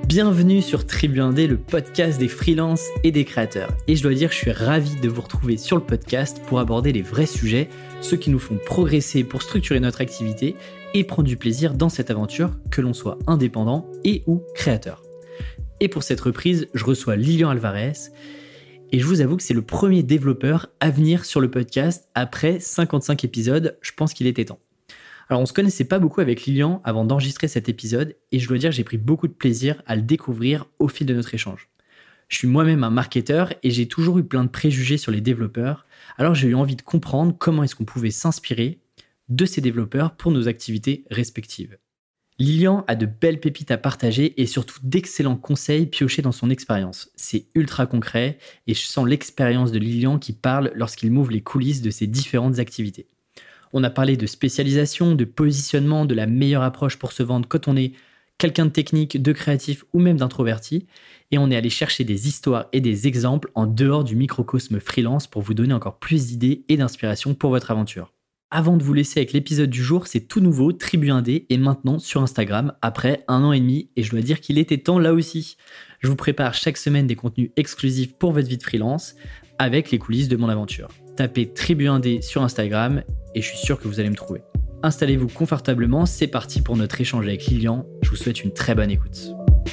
Bienvenue sur Tribu Indé, le podcast des freelances et des créateurs. Et je dois dire que je suis ravi de vous retrouver sur le podcast pour aborder les vrais sujets, ceux qui nous font progresser pour structurer notre activité et prendre du plaisir dans cette aventure, que l'on soit indépendant et ou créateur. Et pour cette reprise, je reçois Lilian Alvarez. Et je vous avoue que c'est le premier développeur à venir sur le podcast après 55 épisodes. Je pense qu'il était temps. Alors, on se connaissait pas beaucoup avec Lilian avant d'enregistrer cet épisode et je dois dire que j'ai pris beaucoup de plaisir à le découvrir au fil de notre échange. Je suis moi-même un marketeur et j'ai toujours eu plein de préjugés sur les développeurs, alors j'ai eu envie de comprendre comment est-ce qu'on pouvait s'inspirer de ces développeurs pour nos activités respectives. Lilian a de belles pépites à partager et surtout d'excellents conseils piochés dans son expérience. C'est ultra concret et je sens l'expérience de Lilian qui parle lorsqu'il m'ouvre les coulisses de ses différentes activités. On a parlé de spécialisation, de positionnement, de la meilleure approche pour se vendre quand on est quelqu'un de technique, de créatif ou même d'introverti. Et on est allé chercher des histoires et des exemples en dehors du microcosme freelance pour vous donner encore plus d'idées et d'inspiration pour votre aventure. Avant de vous laisser avec l'épisode du jour, c'est tout nouveau, Tribu Indé est maintenant sur Instagram après 1 an et demi et je dois dire qu'il était temps là aussi. Je vous prépare chaque semaine des contenus exclusifs pour votre vie de freelance avec les coulisses de mon aventure. Tapez Tribu Indé sur Instagram et je suis sûr que vous allez me trouver. Installez-vous confortablement, c'est parti pour notre échange avec Lilian. Je vous souhaite une très bonne écoute.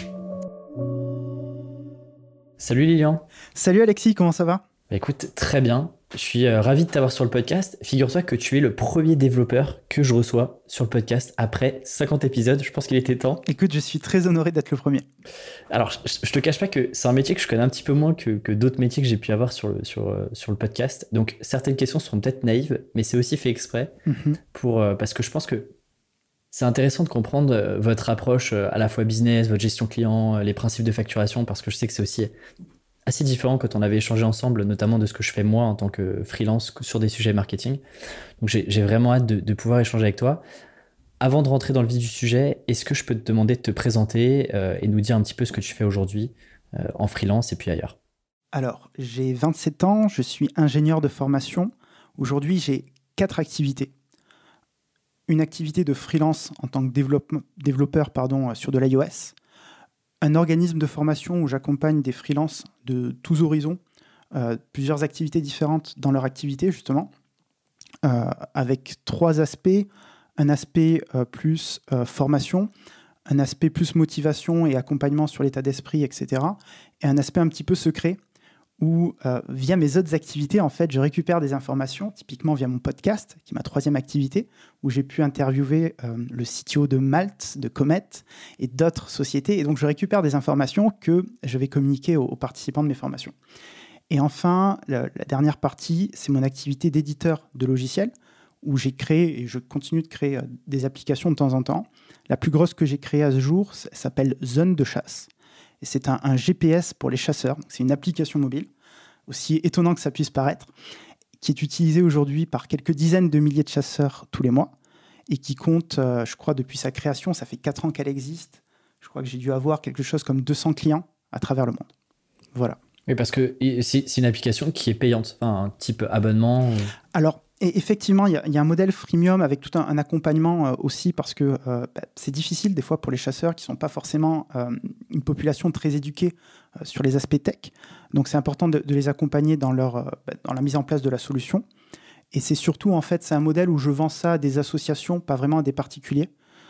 Salut Lilian. Salut Alexis, comment ça va ? Écoute, très bien. Je suis ravi de t'avoir sur le podcast. Figure-toi que tu es le premier développeur que je reçois sur le podcast après 50 épisodes. Je pense qu'il était temps. Écoute, je suis très honoré d'être le premier. Alors, je te cache pas que c'est un métier que je connais un petit peu moins que d'autres métiers que j'ai pu avoir sur le podcast. Donc, certaines questions seront peut-être naïves, mais c'est aussi fait exprès parce que je pense que c'est intéressant de comprendre votre approche à la fois business, votre gestion client, les principes de facturation, parce que je sais que c'est aussi assez différent quand on avait échangé ensemble, notamment de ce que je fais moi en tant que freelance sur des sujets marketing. Donc j'ai vraiment hâte de pouvoir échanger avec toi. Avant de rentrer dans le vif du sujet, est-ce que je peux te demander de te présenter et nous dire un petit peu ce que tu fais aujourd'hui en freelance et puis ailleurs ? Alors, j'ai 27 ans, je suis ingénieur de formation. Aujourd'hui, j'ai 4 activités. Une activité de freelance en tant que développeur sur de l'iOS. Un organisme de formation où j'accompagne des freelances de tous horizons, plusieurs activités différentes dans leur activité justement, avec 3 aspects. Un aspect plus formation, un aspect plus motivation et accompagnement sur l'état d'esprit, etc. Et un aspect un petit peu secret où via mes autres activités, en fait, je récupère des informations, typiquement via mon podcast, qui est ma 3e activité, où j'ai pu interviewer le CTO de Malte, de Comet et d'autres sociétés. Et donc, je récupère des informations que je vais communiquer aux participants de mes formations. Et enfin, la dernière partie, c'est mon activité d'éditeur de logiciels, où j'ai créé et je continue de créer des applications de temps en temps. La plus grosse que j'ai créée à ce jour s'appelle Zone de chasse. Et c'est un GPS pour les chasseurs. C'est une application mobile, aussi étonnant que ça puisse paraître, qui est utilisée aujourd'hui par quelques dizaines de milliers de chasseurs tous les mois et qui compte, je crois, depuis sa création, ça fait 4 ans qu'elle existe. Je crois que j'ai dû avoir quelque chose comme 200 clients à travers le monde. Voilà. Oui, parce que c'est une application qui est payante, enfin, un type abonnement. Alors, et effectivement, il y a un modèle freemium avec tout un accompagnement aussi parce que c'est difficile des fois pour les chasseurs qui ne sont pas forcément une population très éduquée sur les aspects tech. Donc, c'est important de les accompagner dans la mise en place de la solution. Et c'est surtout, en fait, c'est un modèle où je vends ça à des associations, pas vraiment à des particuliers.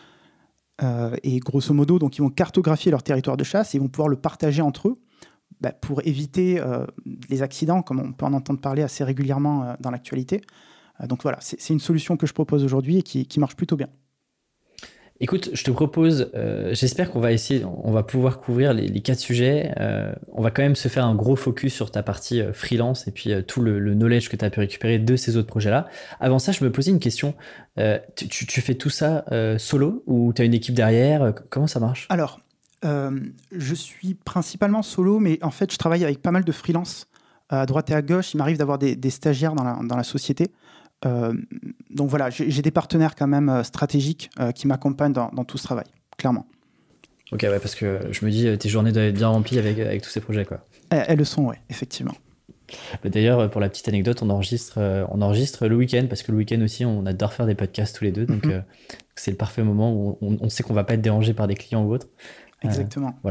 Et grosso modo, donc, ils vont cartographier leur territoire de chasse et ils vont pouvoir le partager entre eux pour éviter les accidents, comme on peut en entendre parler assez régulièrement dans l'actualité. Donc voilà, c'est une solution que je propose aujourd'hui et qui marche plutôt bien. Écoute, je te propose, j'espère qu'on va pouvoir couvrir les 4 sujets. On va quand même se faire un gros focus sur ta partie freelance et puis tout le knowledge que tu as pu récupérer de ces autres projets-là. Avant ça, je me posais une question. Tu fais tout ça solo ou tu as une équipe derrière ? Comment ça marche ? Alors, je suis principalement solo, mais en fait, je travaille avec pas mal de freelance à droite et à gauche. Il m'arrive d'avoir des stagiaires dans la société. Donc voilà, j'ai des partenaires quand même stratégiques qui m'accompagnent dans tout ce travail, clairement. Ok, ouais, parce que je me dis, tes journées doivent être bien remplies avec tous ces projets, quoi. Elles le sont, oui, effectivement. D'ailleurs, pour la petite anecdote, on enregistre le week-end, parce que le week-end aussi, on adore faire des podcasts tous les deux. Donc, c'est le parfait moment où on sait qu'on ne va pas être dérangé par des clients ou autres. Exactement. Voilà.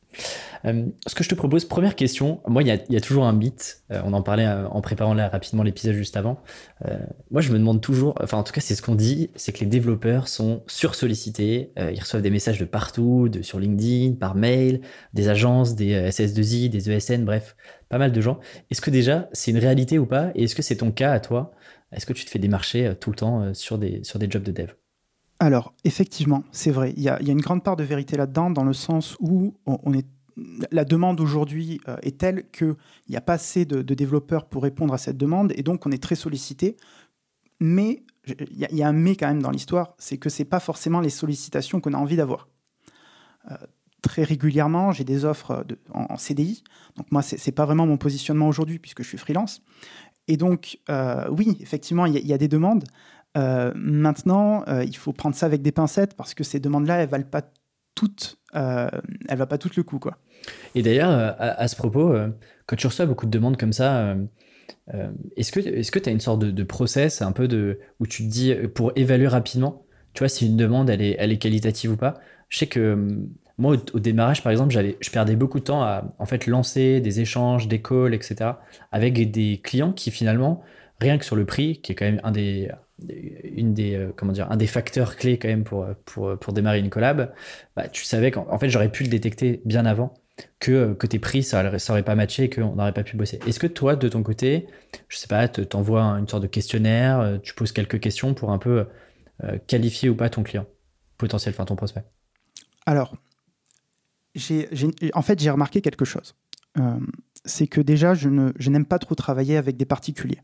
Ce que je te propose, première question, moi il y a toujours un mythe, on en parlait en préparant rapidement l'épisode juste avant. Moi je me demande toujours, enfin en tout cas c'est ce qu'on dit, c'est que les développeurs sont sursollicités, ils reçoivent des messages de partout, sur LinkedIn, par mail, des agences, des SS2I, des ESN, bref, pas mal de gens. Est-ce que déjà c'est une réalité ou pas? Et est-ce que c'est ton cas à toi? Est-ce que tu te fais démarcher tout le temps sur des jobs de dev? Alors, effectivement, c'est vrai. Il y a une grande part de vérité là-dedans, dans le sens où la demande aujourd'hui est telle qu'il n'y a pas assez de développeurs pour répondre à cette demande, et donc on est très sollicité. Mais il y a un mais quand même dans l'histoire, c'est que ce n'est pas forcément les sollicitations qu'on a envie d'avoir. Très régulièrement, j'ai des offres en CDI. Donc moi, ce n'est pas vraiment mon positionnement aujourd'hui, puisque je suis freelance. Et donc, oui, effectivement, il y a des demandes. Maintenant, il faut prendre ça avec des pincettes, parce que ces demandes-là, elles ne valent pas toutes le coup, quoi. Et d'ailleurs, à ce propos, quand tu reçois beaucoup de demandes comme ça, est-ce que tu as une sorte de process un peu où tu te dis, pour évaluer rapidement, tu vois, si une demande elle est qualitative ou pas? Je sais que moi, au démarrage, par exemple, je perdais beaucoup de temps à en fait lancer des échanges, des calls, etc., avec des clients qui finalement, rien que sur le prix, qui est quand même un des facteurs clés quand même pour démarrer une collab, bah, tu savais qu'en fait j'aurais pu le détecter bien avant que tes prix ça aurait pas matché et qu'on n'aurait pas pu bosser. Est-ce que toi de ton côté, je sais pas, t'envoies une sorte de questionnaire, tu poses quelques questions pour un peu qualifier ou pas ton client potentiel, enfin ton prospect? Alors, en fait, j'ai remarqué quelque chose. C'est que déjà, je n'aime pas trop travailler avec des particuliers.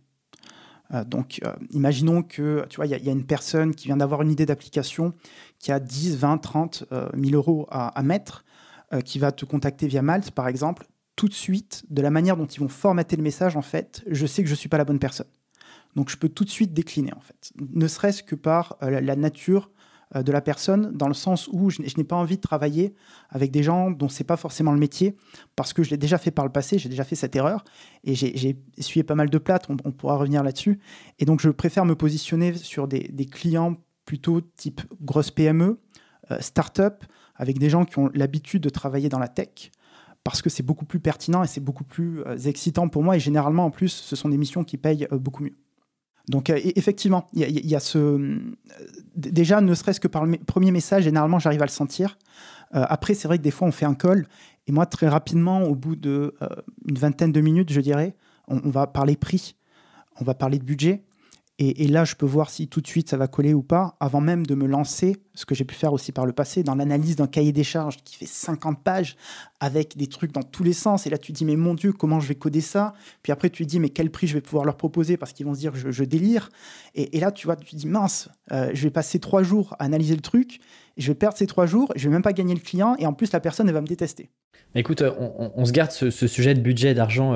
Donc, imaginons que tu vois, il y a une personne qui vient d'avoir une idée d'application, qui a 10, 20, 30 000 euros à mettre, qui va te contacter via Malte, par exemple. Tout de suite, de la manière dont ils vont formater le message, en fait, je sais que je ne suis pas la bonne personne. Donc, je peux tout de suite décliner, en fait. Ne serait-ce que par la nature de la personne, dans le sens où je n'ai pas envie de travailler avec des gens dont c'est pas forcément le métier, parce que je l'ai déjà fait par le passé, j'ai déjà fait cette erreur, et j'ai essuyé pas mal de plâtre, on pourra revenir là-dessus. Et donc, je préfère me positionner sur des clients plutôt type grosse PME, start-up, avec des gens qui ont l'habitude de travailler dans la tech, parce que c'est beaucoup plus pertinent et c'est beaucoup plus excitant pour moi, et généralement, en plus, ce sont des missions qui payent beaucoup mieux. Donc, effectivement, il y a ce... Déjà, ne serait-ce que par le premier message, généralement, j'arrive à le sentir. Après, c'est vrai que des fois, on fait un call. Et moi, très rapidement, au bout d'une vingtaine de minutes, je dirais, on va parler prix, on va parler de budget. Et là, je peux voir si tout de suite, ça va coller ou pas, avant même de me lancer, ce que j'ai pu faire aussi par le passé, dans l'analyse d'un cahier des charges qui fait 50 pages, avec des trucs dans tous les sens. Et là, tu te dis, mais mon Dieu, comment je vais coder ça? Puis après, tu te dis, mais quel prix je vais pouvoir leur proposer? Parce qu'ils vont se dire, je délire. Et là, tu vois, tu te dis, mince, je vais passer 3 jours à analyser le truc, et je vais perdre ces 3 jours, je vais même pas gagner le client, et en plus, la personne, elle va me détester. Écoute, on se garde ce sujet de budget, d'argent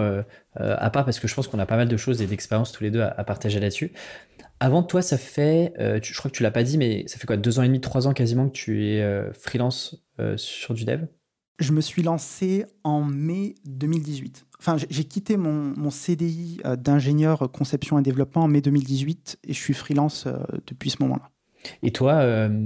à part, parce que je pense qu'on a pas mal de choses et d'expériences tous les deux à partager là-dessus. Avant toi, ça fait, je crois que tu l'as pas dit, mais ça fait quoi, 2 ans et demi, 3 ans quasiment que tu es freelance sur du dev? Je me suis lancé en mai 2018. Enfin, j'ai quitté mon CDI d'ingénieur conception et développement en mai 2018, et je suis freelance depuis ce moment-là. Et toi,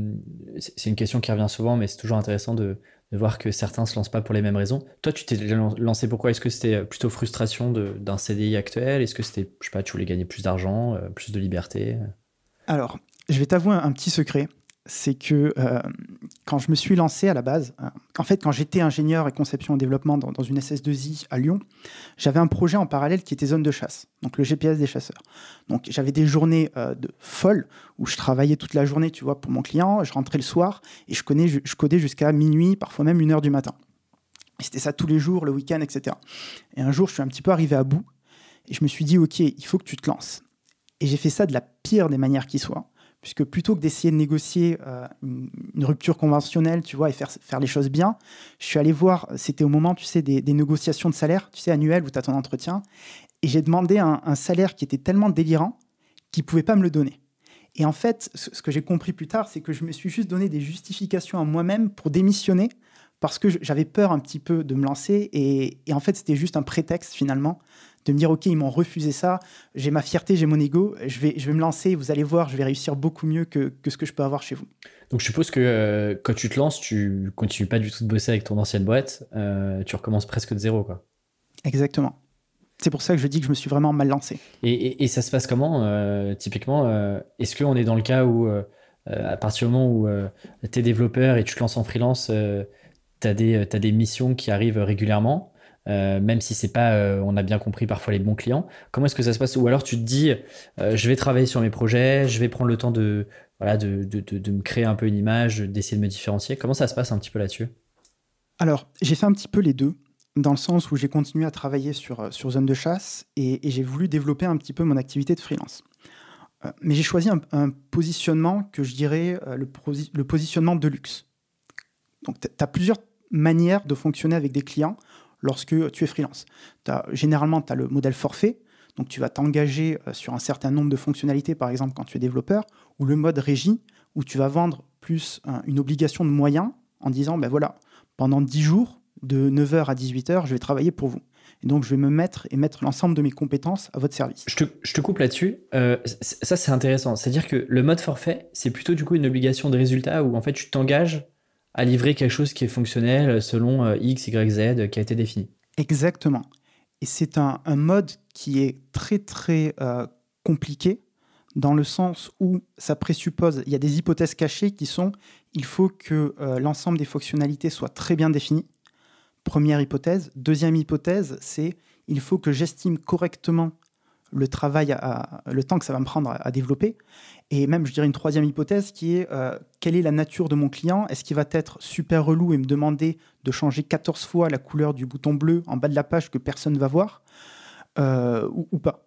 c'est une question qui revient souvent, mais c'est toujours intéressant de voir que certains se lancent pas pour les mêmes raisons. Toi, tu t'es lancé pourquoi? Est-ce que c'était plutôt frustration d'un CDI actuel? Est-ce que c'était, je sais pas, tu voulais gagner plus d'argent, plus de liberté? Alors, je vais t'avouer un petit secret. C'est que quand je me suis lancé à la base, en fait, quand j'étais ingénieur et conception et développement dans une SS2I à Lyon, j'avais un projet en parallèle qui était zone de chasse, donc le GPS des chasseurs. Donc j'avais des journées folles où je travaillais toute la journée, tu vois, pour mon client, je rentrais le soir et je codais jusqu'à minuit, parfois même 1h du matin. Et c'était ça tous les jours, le week-end, etc. Et un jour, je suis un petit peu arrivé à bout et je me suis dit, OK, il faut que tu te lances. Et j'ai fait ça de la pire des manières qui soient. Puisque plutôt que d'essayer de négocier une rupture conventionnelle, tu vois, et faire les choses bien, je suis allé voir, c'était au moment, tu sais, des négociations de salaire, tu sais, annuelles, où tu as ton entretien, et j'ai demandé un salaire qui était tellement délirant qu'ils ne pouvaient pas me le donner. Et en fait, ce que j'ai compris plus tard, c'est que je me suis juste donné des justifications à moi-même pour démissionner, parce que j'avais peur un petit peu de me lancer et en fait, c'était juste un prétexte finalement de me dire, OK, ils m'ont refusé ça, j'ai ma fierté, j'ai mon ego, je vais me lancer, vous allez voir, je vais réussir beaucoup mieux que ce que je peux avoir chez vous. Donc je suppose que quand tu te lances, tu continues pas du tout de bosser avec ton ancienne boîte, tu recommences presque de zéro, quoi. Exactement. C'est pour ça que je dis que je me suis vraiment mal lancé. Et ça se passe comment, typiquement est-ce qu'on est dans le cas où, à partir du moment où tu es développeur et tu te lances en freelance, tu as des missions qui arrivent régulièrement, même si c'est pas, on a bien compris, parfois les bons clients. Comment est-ce que ça se passe? Ou alors tu te dis, je vais travailler sur mes projets, je vais prendre le temps de me créer un peu une image, d'essayer de me différencier. Comment ça se passe un petit peu là-dessus? Alors, j'ai fait un petit peu les deux, dans le sens où j'ai continué à travailler sur Zone de Chasse et j'ai voulu développer un petit peu mon activité de freelance. Mais j'ai choisi un positionnement que je dirais le positionnement de luxe. Donc, tu as plusieurs manières de fonctionner avec des clients lorsque tu es freelance. Généralement, tu as le modèle forfait, donc tu vas t'engager sur un certain nombre de fonctionnalités, par exemple quand tu es développeur, ou le mode régie, où tu vas vendre plus une obligation de moyens en disant, ben voilà, pendant 10 jours, de 9h à 18h, je vais travailler pour vous. Et donc, je vais me mettre l'ensemble de mes compétences à votre service. Je te coupe là-dessus. Ça, c'est intéressant. C'est-à-dire que le mode forfait, c'est plutôt du coup une obligation de résultat où en fait, tu t'engages à livrer quelque chose qui est fonctionnel selon X, Y, Z qui a été défini. Exactement. Et c'est un mode qui est très, très compliqué dans le sens où ça présuppose, il y a des hypothèses cachées qui sont, il faut que l'ensemble des fonctionnalités soient très bien définies. Première hypothèse. Deuxième hypothèse, c'est il faut que j'estime correctement le travail, le temps que ça va me prendre à développer. Et même, je dirais une troisième hypothèse qui est quelle est la nature de mon client? Est-ce qu'il va être super relou et me demander de changer 14 fois la couleur du bouton bleu en bas de la page que personne ne va voir ou pas?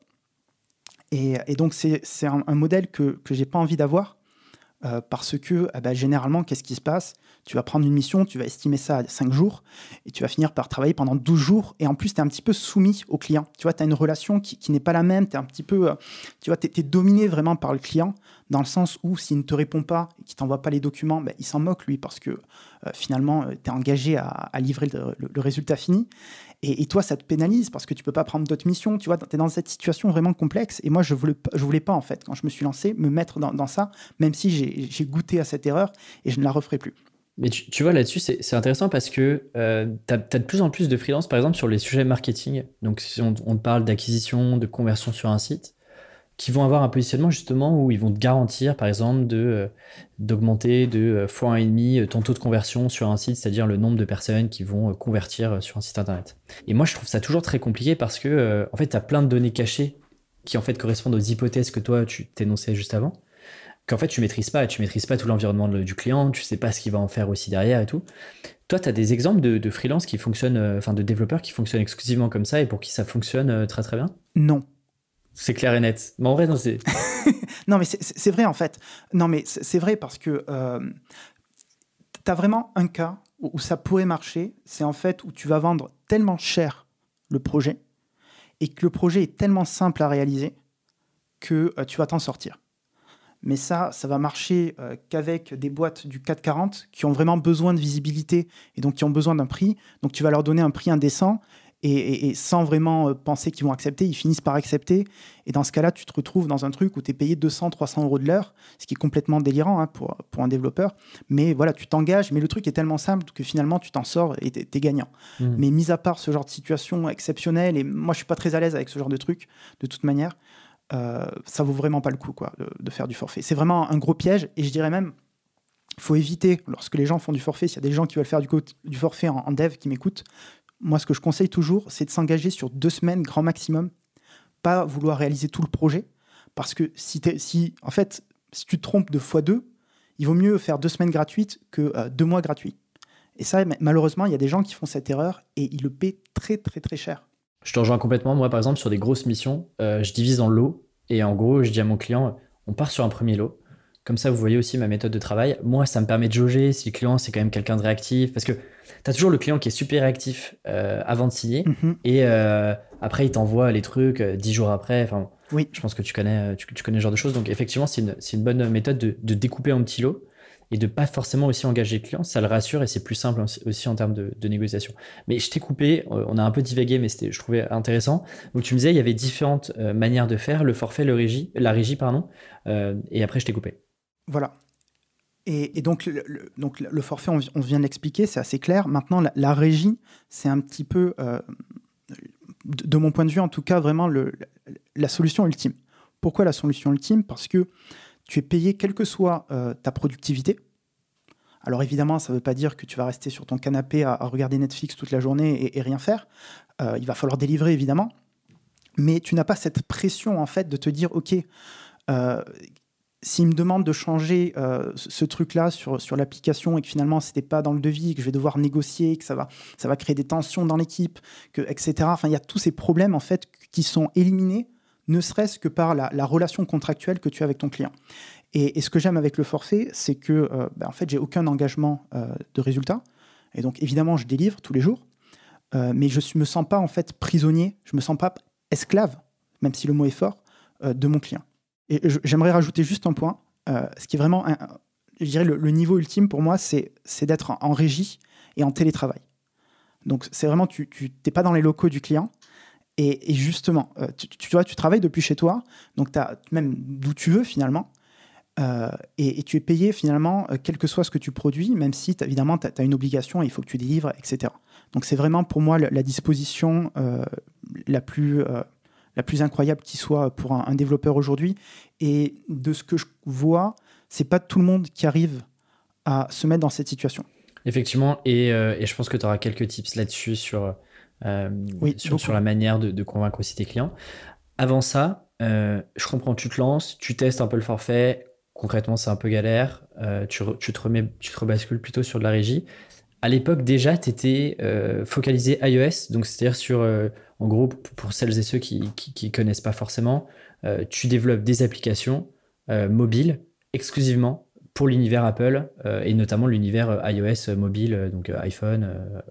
Et donc, c'est un modèle que je n'ai pas envie d'avoir. Parce que généralement, qu'est-ce qui se passe? Tu vas prendre une mission, tu vas estimer ça à 5 jours et tu vas finir par travailler pendant 12 jours. Et en plus, tu es un petit peu soumis au client. Tu vois, tu as une relation qui n'est pas la même. Tu es un petit peu, tu vois, t'es dominé vraiment par le client dans le sens où s'il ne te répond pas et qu'il ne t'envoie pas les documents, il s'en moque, lui, parce que finalement, tu es engagé à livrer le résultat fini. Et toi, ça te pénalise parce que tu ne peux pas prendre d'autres missions. Tu vois, tu es dans cette situation vraiment complexe. Et moi, je voulais pas, en fait, quand je me suis lancé, me mettre dans ça, même si j'ai goûté à cette erreur et je ne la referai plus. Mais tu vois, là-dessus, c'est intéressant parce que tu as de plus en plus de freelance, par exemple, sur les sujets marketing. Donc, si on parle d'acquisition, de conversion sur un site, qui vont avoir un positionnement justement où ils vont te garantir, par exemple, d'augmenter de fois 1,5 ton taux de conversion sur un site, c'est-à-dire le nombre de personnes qui vont convertir sur un site internet. Et moi, je trouve ça toujours très compliqué parce que, en fait, tu as plein de données cachées qui, en fait, correspondent aux hypothèses que toi, tu t'énonçais juste avant, qu'en fait, tu maîtrises pas tout l'environnement du client, tu sais pas ce qu'il va en faire aussi derrière et tout. Toi, tu as des exemples de freelance qui fonctionnent, de développeurs qui fonctionnent exclusivement comme ça et pour qui ça fonctionne très très bien? Non. C'est clair et net. Mais en vrai, non, c'est... Non, mais c'est vrai, en fait. Non, mais c'est vrai parce que tu as vraiment un cas où ça pourrait marcher. C'est en fait où tu vas vendre tellement cher le projet et que le projet est tellement simple à réaliser que tu vas t'en sortir. Mais ça va marcher qu'avec des boîtes du 440 qui ont vraiment besoin de visibilité et donc qui ont besoin d'un prix. Donc, tu vas leur donner un prix indécent et sans vraiment penser qu'ils vont accepter, ils finissent par accepter. Et dans ce cas-là, tu te retrouves dans un truc où tu es payé 200, 300 euros de l'heure, ce qui est complètement délirant pour un développeur. Mais voilà, tu t'engages, mais le truc est tellement simple que finalement, tu t'en sors et tu es gagnant. Mais mis à part ce genre de situation exceptionnelle, et moi, je suis pas très à l'aise avec ce genre de truc, de toute manière, ça vaut vraiment pas le coup de faire du forfait. C'est vraiment un gros piège, et je dirais même, il faut éviter, lorsque les gens font du forfait, s'il y a des gens qui veulent faire du forfait en dev qui m'écoutent, moi, ce que je conseille toujours, c'est de s'engager sur 2 semaines, grand maximum, pas vouloir réaliser tout le projet, parce que si tu te trompes de x2, il vaut mieux faire 2 semaines gratuites que 2 mois gratuits. Et ça, malheureusement, il y a des gens qui font cette erreur et ils le paient très, très, très cher. Je te rejoins complètement. Moi, par exemple, sur des grosses missions, je divise en lots. Et en gros, je dis à mon client, on part sur un premier lot. Comme ça, vous voyez aussi ma méthode de travail. Moi, ça me permet de jauger si le client, c'est quand même quelqu'un de réactif. Parce que tu as toujours le client qui est super réactif avant de signer. Et après, il t'envoie les trucs 10 jours après. Enfin, oui. Je pense que tu connais ce genre de choses. Donc, effectivement, c'est une bonne méthode de découper en petits lots. et de pas forcément aussi engager le client, ça le rassure et c'est plus simple aussi en termes de négociation. Mais je t'ai coupé, on a un peu divagué, mais je trouvais intéressant. Donc tu me disais, il y avait différentes manières de faire, le forfait, la régie, pardon, et après je t'ai coupé. Voilà. Et donc, le forfait, on vient de l'expliquer, c'est assez clair. Maintenant, la régie, c'est un petit peu, de mon point de vue en tout cas, vraiment la solution ultime. Pourquoi la solution ultime ? Parce que tu es payé quelle que soit ta productivité. Alors évidemment, ça ne veut pas dire que tu vas rester sur ton canapé à regarder Netflix toute la journée et rien faire. Il va falloir délivrer, évidemment. Mais tu n'as pas cette pression, en fait, de te dire, OK, s'il me demande de changer ce truc-là sur l'application et que finalement, ce n'était pas dans le devis, que je vais devoir négocier, que ça va créer des tensions dans l'équipe, etc. Enfin, il y a tous ces problèmes, en fait, qui sont éliminés, ne serait-ce que par la relation contractuelle que tu as avec ton client. Et ce que j'aime avec le forfait, c'est que en fait, j'ai aucun engagement de résultat. Et donc, évidemment, je délivre tous les jours. Mais je ne me sens pas, en fait, prisonnier. Je ne me sens pas esclave, même si le mot est fort, de mon client. Et j'aimerais rajouter juste un point. Ce qui est vraiment, je dirais, le niveau ultime pour moi, c'est d'être en régie et en télétravail. Donc, c'est vraiment, tu n'es pas dans les locaux du client. Et justement, tu vois, tu travailles depuis chez toi, donc tu as même d'où tu veux finalement. Et tu es payé finalement, quel que soit ce que tu produis, même si évidemment tu as une obligation, il faut que tu délivres, etc. Donc c'est vraiment pour moi la disposition la plus incroyable qui soit pour un développeur aujourd'hui. Et de ce que je vois, c'est pas tout le monde qui arrive à se mettre dans cette situation. Effectivement, et je pense que tu auras quelques tips là-dessus sur la manière de convaincre aussi tes clients. Avant ça, je comprends, tu te lances, tu testes un peu le forfait. Concrètement, c'est un peu galère. Tu te rebascules plutôt sur de la régie. À l'époque, déjà, tu étais focalisé iOS. Donc, c'est-à-dire sur, en gros, pour celles et ceux qui ne connaissent pas forcément, tu développes des applications mobiles exclusivement pour l'univers Apple et notamment l'univers iOS mobile, donc iPhone,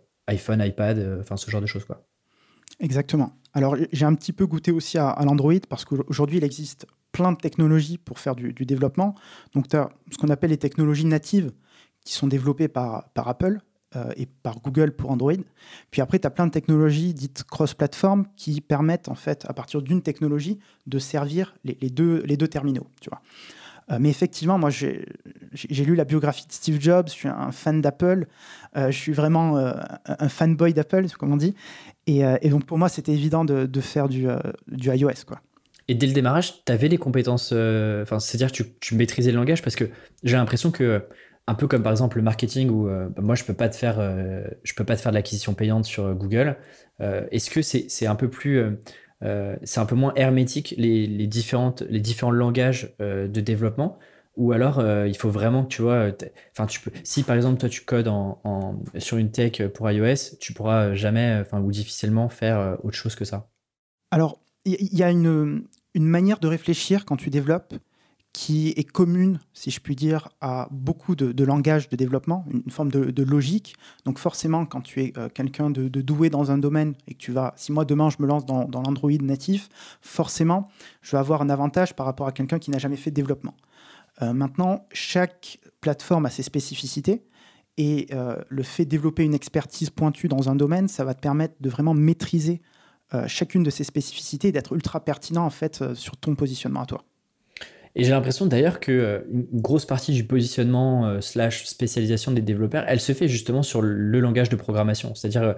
iPad, enfin ce genre de choses, quoi. Exactement. Alors, j'ai un petit peu goûté aussi à l'Android parce qu'aujourd'hui, il existe plein de technologies pour faire du développement. Donc, tu as ce qu'on appelle les technologies natives qui sont développées par Apple et par Google pour Android. Puis après, tu as plein de technologies dites cross-platform qui permettent, en fait, à partir d'une technologie, de servir les deux terminaux, tu vois. Mais effectivement, moi, j'ai lu la biographie de Steve Jobs, je suis un fan d'Apple, je suis vraiment un fanboy d'Apple, comme on dit. Et donc, pour moi, c'était évident de faire du iOS, quoi. Et dès le démarrage, tu avais les compétences, c'est-à-dire que tu maîtrisais le langage parce que j'ai l'impression que, un peu comme par exemple le marketing où moi, je peux pas te faire de l'acquisition payante sur Google. Est-ce que c'est un peu plus... c'est un peu moins hermétique les différents langages de développement ou alors il faut vraiment que tu vois si par exemple toi tu codes sur une tech pour iOS tu pourras jamais ou difficilement faire autre chose que ça. Alors il y a une manière de réfléchir quand tu développes qui est commune, si je puis dire, à beaucoup de langages de développement, une forme de logique. Donc forcément, quand tu es quelqu'un de doué dans un domaine et que si moi demain je me lance dans l'Android natif, forcément, je vais avoir un avantage par rapport à quelqu'un qui n'a jamais fait de développement. Maintenant, chaque plateforme a ses spécificités et le fait de développer une expertise pointue dans un domaine, ça va te permettre de vraiment maîtriser chacune de ces spécificités et d'être ultra pertinent en fait sur ton positionnement à toi. Et j'ai l'impression d'ailleurs qu'une grosse partie du positionnement / spécialisation des développeurs, elle se fait justement sur le langage de programmation. C'est-à-dire,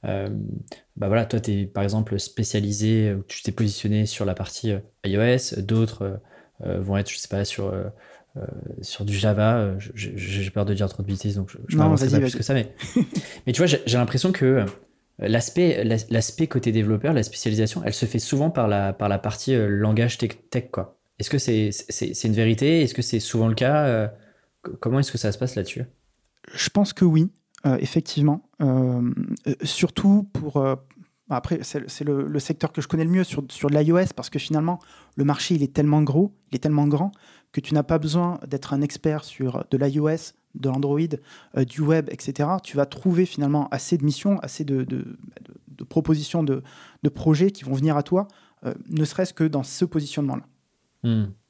toi, tu es par exemple spécialisé, tu t'es positionné sur la partie iOS, d'autres vont être, je sais pas, sur du Java. J'ai peur de dire trop de bêtises, donc je m'avancerai pas plus que ça. Mais tu vois, j'ai l'impression que l'aspect côté développeur, la spécialisation, elle se fait souvent par la partie langage tech, quoi. Est-ce que c'est une vérité? Est-ce que c'est souvent le cas? Comment est-ce que ça se passe là-dessus? Je pense que oui, effectivement. Surtout pour... après, c'est le secteur que je connais le mieux sur de l'iOS parce que finalement, le marché, il est tellement gros, il est tellement grand que tu n'as pas besoin d'être un expert sur de l'iOS, de l'Android, du web, etc. Tu vas trouver finalement assez de missions, assez de propositions de projets qui vont venir à toi, ne serait-ce que dans ce positionnement-là.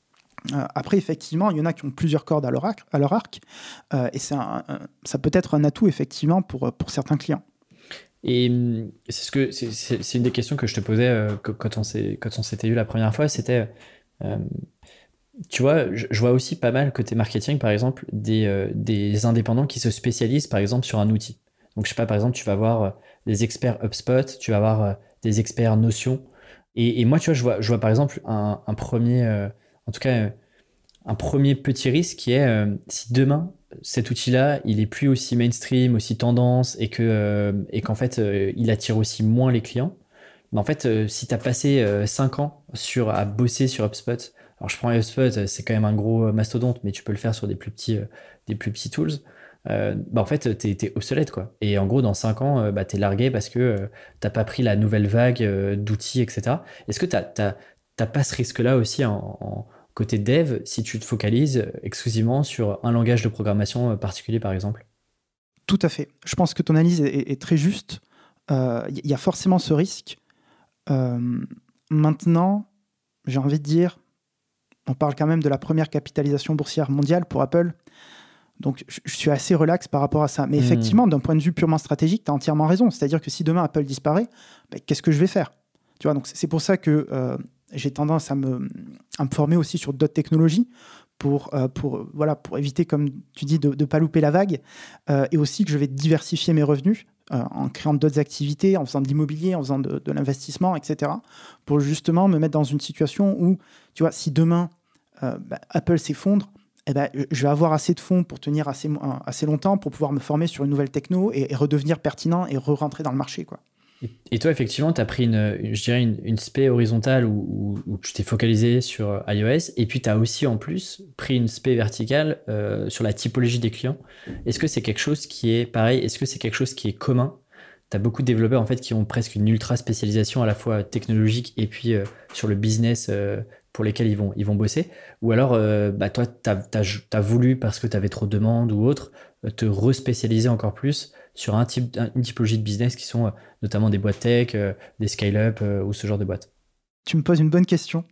Après, effectivement, il y en a qui ont plusieurs cordes à leur arc, et ça peut être un atout, effectivement, pour certains clients. Et c'est une des questions que je te posais quand on s'était eu la première fois, c'était, euh, tu vois, je vois aussi pas mal côté marketing, par exemple, des indépendants qui se spécialisent, par exemple, sur un outil. Donc, je sais pas, par exemple, tu vas avoir des experts HubSpot, tu vas avoir des experts Notion. Et moi, tu vois, je vois par exemple un premier, en tout cas, un premier petit risque qui est si demain cet outil-là il est plus aussi mainstream, aussi tendance et qu'en fait il attire aussi moins les clients. Mais en fait, si tu as passé 5 ans à bosser sur HubSpot, alors je prends HubSpot, c'est quand même un gros mastodonte, mais tu peux le faire sur des plus petits tools. Bah en fait, t'es obsolète quoi. Et en gros, dans 5 ans, bah, t'es largué parce que t'as pas pris la nouvelle vague d'outils, etc. Est-ce que t'as pas ce risque-là aussi côté dev si tu te focalises exclusivement sur un langage de programmation particulier, par exemple? Tout à fait. Je pense que ton analyse est très juste. Il y a forcément ce risque. Maintenant, j'ai envie de dire, on parle quand même de la première capitalisation boursière mondiale pour Apple. Donc, je suis assez relax par rapport à ça. Mais effectivement, d'un point de vue purement stratégique, tu as entièrement raison. C'est-à-dire que si demain Apple disparaît, qu'est-ce que je vais faire? Tu vois, donc c'est pour ça que j'ai tendance à me former aussi sur d'autres technologies pour éviter, comme tu dis, de ne pas louper la vague. Et aussi que je vais diversifier mes revenus en créant d'autres activités, en faisant de l'immobilier, en faisant de l'investissement, etc. Pour justement me mettre dans une situation où, tu vois, si demain Apple s'effondre, je vais avoir assez de fonds pour tenir assez longtemps pour pouvoir me former sur une nouvelle techno et redevenir pertinent et re-rentrer dans le marché, quoi. Et toi, effectivement, tu as pris je dirais une spé horizontale où tu t'es focalisé sur iOS, et puis tu as aussi en plus pris une spé verticale sur la typologie des clients. Est-ce que c'est quelque chose qui est pareil? Est-ce que c'est quelque chose qui est commun? Tu as beaucoup de développeurs en fait, qui ont presque une ultra spécialisation à la fois technologique et puis sur le business pour lesquels ils vont bosser. Ou alors, toi, tu as voulu, parce que tu avais trop de demandes ou autre, te respécialiser encore plus sur une typologie de business qui sont notamment des boîtes tech, des scale-up ou ce genre de boîtes. Tu me poses une bonne question.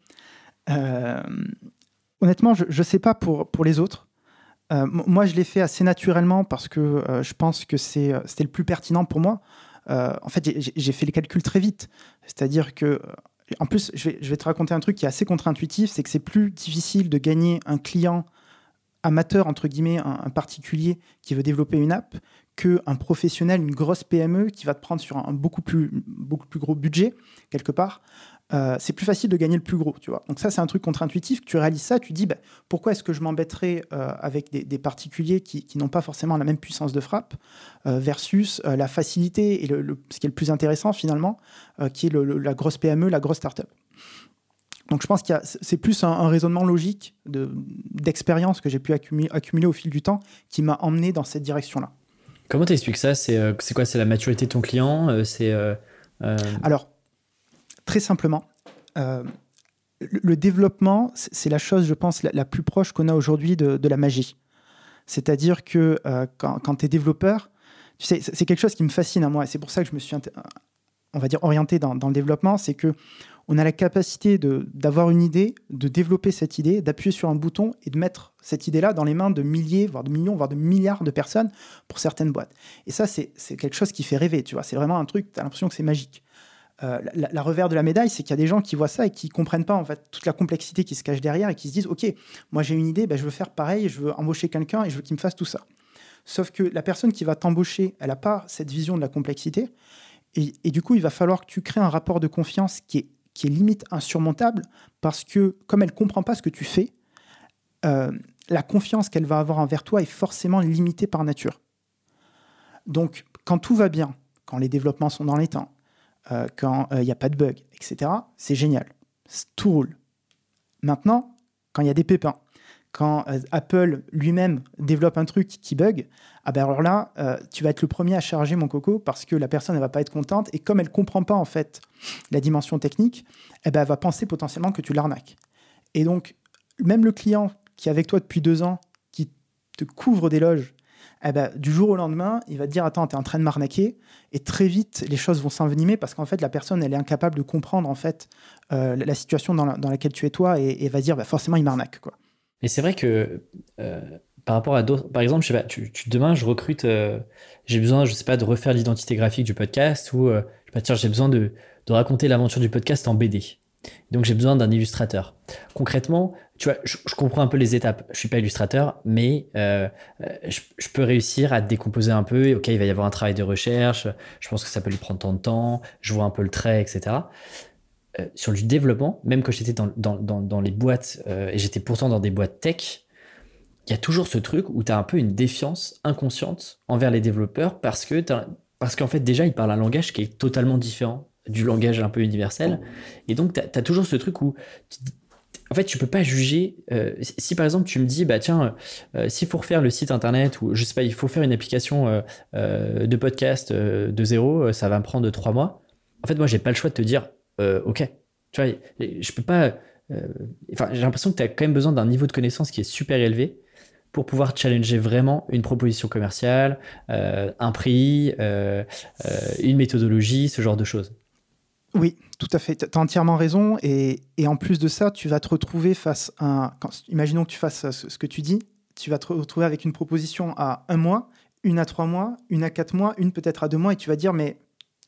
Honnêtement, je ne sais pas pour les autres. Moi, je l'ai fait assez naturellement parce que je pense que c'était le plus pertinent pour moi. En fait, j'ai fait les calculs très vite. C'est-à-dire que, en plus, je vais te raconter un truc qui est assez contre-intuitif, c'est que c'est plus difficile de gagner un client amateur, entre guillemets, un particulier qui veut développer une app, qu'un professionnel, une grosse PME qui va te prendre sur un beaucoup plus gros budget, quelque part. C'est plus facile de gagner le plus gros, tu vois. Donc ça, c'est un truc contre-intuitif. Tu réalises ça, tu dis, pourquoi est-ce que je m'embêterais avec des particuliers qui n'ont pas forcément la même puissance de frappe versus la facilité et ce qui est le plus intéressant, finalement, qui est la grosse PME, la grosse start-up. Donc je pense que c'est plus un raisonnement logique d'expérience que j'ai pu accumuler au fil du temps qui m'a emmené dans cette direction-là. Comment t'expliques ça? C'est quoi? C'est la maturité de ton client? Alors, très simplement, le développement, c'est la chose, je pense, la plus proche qu'on a aujourd'hui de la magie. C'est-à-dire que quand tu es développeur, tu sais, c'est quelque chose qui me fascine à moi, et c'est pour ça que je me suis, on va dire, orienté dans le développement, c'est que on a la capacité d'avoir une idée, de développer cette idée, d'appuyer sur un bouton et de mettre cette idée-là dans les mains de milliers, voire de millions, voire de milliards de personnes pour certaines boîtes. Et ça, c'est quelque chose qui fait rêver, tu vois. C'est vraiment un truc, tu as l'impression que c'est magique. La revers de la médaille, c'est qu'il y a des gens qui voient ça et qui ne comprennent pas en fait toute la complexité qui se cache derrière et qui se disent « Ok, moi j'ai une idée, je veux faire pareil, je veux embaucher quelqu'un et je veux qu'il me fasse tout ça. » Sauf que la personne qui va t'embaucher, elle n'a pas cette vision de la complexité. Et du coup, il va falloir que tu crées un rapport de confiance qui est limite insurmontable parce que, comme elle ne comprend pas ce que tu fais, la confiance qu'elle va avoir envers toi est forcément limitée par nature. Donc, quand tout va bien, quand les développements sont dans les temps, quand il n'y a pas de bugs, etc., c'est génial. Tout roule. Maintenant, quand il y a des pépins, quand Apple lui-même développe un truc qui bug, alors là, tu vas être le premier à charger mon coco parce que la personne ne va pas être contente et comme elle ne comprend pas en fait la dimension technique, elle va penser potentiellement que tu l'arnaques. Et donc, même le client qui est avec toi depuis 2 ans, qui te couvre d'éloges, du jour au lendemain, il va te dire « Attends, tu es en train de m'arnaquer » et très vite, les choses vont s'envenimer parce qu'en fait, la personne, elle est incapable de comprendre en fait la situation dans laquelle tu es toi et va dire « Forcément, il m'arnaque. » quoi. Et c'est vrai que par rapport à d'autres, par exemple, je sais pas, demain je recrute, j'ai besoin, je sais pas, de refaire l'identité graphique du podcast ou je sais pas, tiens, j'ai besoin de raconter l'aventure du podcast en BD. Donc j'ai besoin d'un illustrateur. Concrètement, tu vois, je comprends un peu les étapes. Je suis pas illustrateur, mais je peux réussir à décomposer un peu. Et ok, il va y avoir un travail de recherche. Je pense que ça peut lui prendre tant de temps. Je vois un peu le trait, etc. Sur du développement, même quand j'étais dans les boîtes, et j'étais pourtant dans des boîtes tech, il y a toujours ce truc où tu as un peu une défiance inconsciente envers les développeurs parce qu'en fait, déjà, ils parlent un langage qui est totalement différent du langage un peu universel. Et donc, tu as toujours ce truc où, en fait, tu peux pas juger. Si par exemple, tu me dis, bah tiens, s'il faut refaire le site internet ou je sais pas, il faut faire une application de podcast de zéro, ça va me prendre 3 mois. En fait, moi, j'ai pas le choix de te dire, ok. Tu vois, je peux pas. Enfin, j'ai l'impression que tu as quand même besoin d'un niveau de connaissance qui est super élevé pour pouvoir challenger vraiment une proposition commerciale, un prix, une méthodologie, ce genre de choses. Oui, tout à fait. Tu as entièrement raison. Et en plus de ça, tu vas te retrouver face à... imaginons que tu fasses ce que tu dis. Tu vas te retrouver avec une proposition à 1 mois, une à 3 mois, une à 4 mois, une peut-être à 2 mois. Et tu vas dire, mais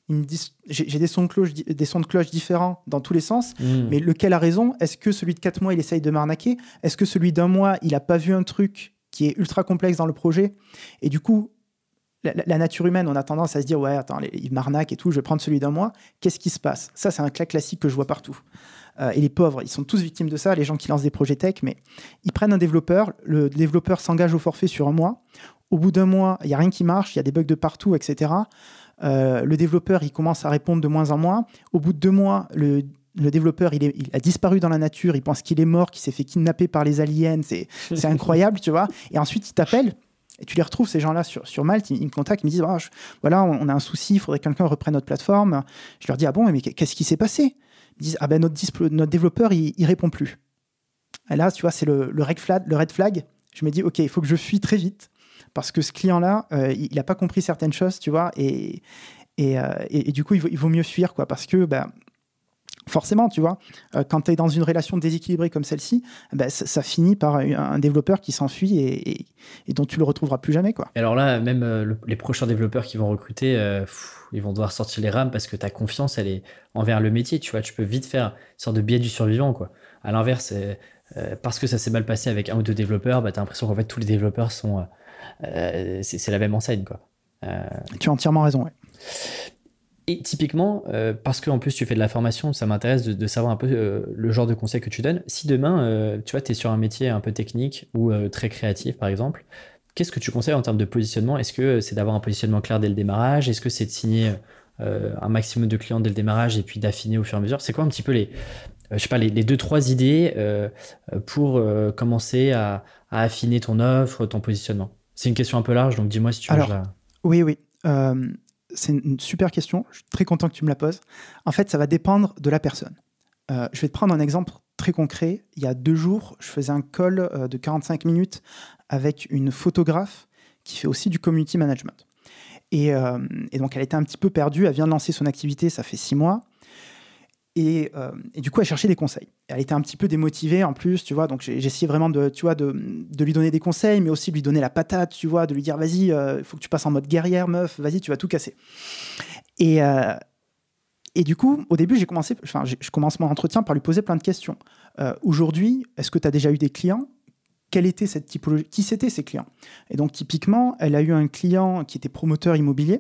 j'ai des sons de cloche différents dans tous les sens. Mais lequel a raison? Est-ce que celui de 4 mois, il essaye de m'arnaquer? Est-ce que celui d'1 mois, il n'a pas vu un truc qui est ultra complexe dans le projet? Et du coup, la nature humaine, on a tendance à se dire, ouais, attends, il m'arnaque et tout, je vais prendre celui d'1 mois. Qu'est-ce qui se passe? Ça, c'est un cas classique que je vois partout. Et les pauvres, ils sont tous victimes de ça, les gens qui lancent des projets tech, mais ils prennent un développeur, le développeur s'engage au forfait sur 1 mois. Au bout d'1 mois, il n'y a rien qui marche, il y a des bugs de partout, etc. Le développeur, il commence à répondre de moins en moins. Au bout de 2 mois, le développeur, il a disparu dans la nature, il pense qu'il est mort, qu'il s'est fait kidnapper par les aliens, c'est incroyable, tu vois. Et ensuite, il t'appelle. Et tu les retrouves, ces gens-là, sur Malte, ils me contactent, ils me disent, voilà, on a un souci, il faudrait que quelqu'un reprenne notre plateforme. Je leur dis, ah bon, mais qu'est-ce qui s'est passé? Ils disent, ah ben notre développeur, il répond plus. Et là, tu vois, c'est le red flag. Je me dis, ok, il faut que je fuis très vite, parce que ce client-là, il n'a pas compris certaines choses, tu vois, et du coup, il vaut mieux fuir, quoi, parce que, forcément, tu vois, quand tu es dans une relation déséquilibrée comme celle-ci, ça finit par un développeur qui s'enfuit et dont tu le retrouveras plus jamais, quoi. Et alors là, même les prochains développeurs qui vont recruter, ils vont devoir sortir les rames parce que ta confiance, elle est envers le métier, tu vois. Tu peux vite faire une sorte de biais du survivant, quoi. À l'inverse, parce que ça s'est mal passé avec 1 ou 2 développeurs, tu as l'impression qu'en fait, tous les développeurs sont... c'est la même enseigne, quoi. Tu as entièrement raison, ouais. Et typiquement, parce qu'en plus tu fais de la formation, ça m'intéresse de savoir un peu le genre de conseils que tu donnes. Si demain, tu vois, tu es sur un métier un peu technique ou très créatif, par exemple, qu'est-ce que tu conseilles en termes de positionnement? Est-ce que c'est d'avoir un positionnement clair dès le démarrage? Est-ce que c'est de signer un maximum de clients dès le démarrage et puis d'affiner au fur et à mesure? C'est quoi un petit peu les 2-3 idées pour commencer à affiner ton offre, ton positionnement? C'est une question un peu large, donc dis-moi si tu veux. Oui. C'est une super question. Je suis très content que tu me la poses. En fait, ça va dépendre de la personne. Je vais te prendre un exemple très concret. Il y a 2 jours, je faisais un call de 45 minutes avec une photographe qui fait aussi du community management. Et donc, elle était un petit peu perdue. Elle vient de lancer son activité, ça fait 6 mois. Et du coup, elle cherchait des conseils. Elle était un petit peu démotivée en plus, tu vois. Donc, j'ai essayé vraiment de lui donner des conseils, mais aussi de lui donner la patate, tu vois, de lui dire, vas-y, il faut que tu passes en mode guerrière, meuf, vas-y, tu vas tout casser. Et du coup, au début, je commence mon entretien par lui poser plein de questions. Aujourd'hui, est-ce que tu as déjà eu des clients? Quelle était cette typologie? Qui c'étaient ces clients? Et donc, typiquement, elle a eu un client qui était promoteur immobilier.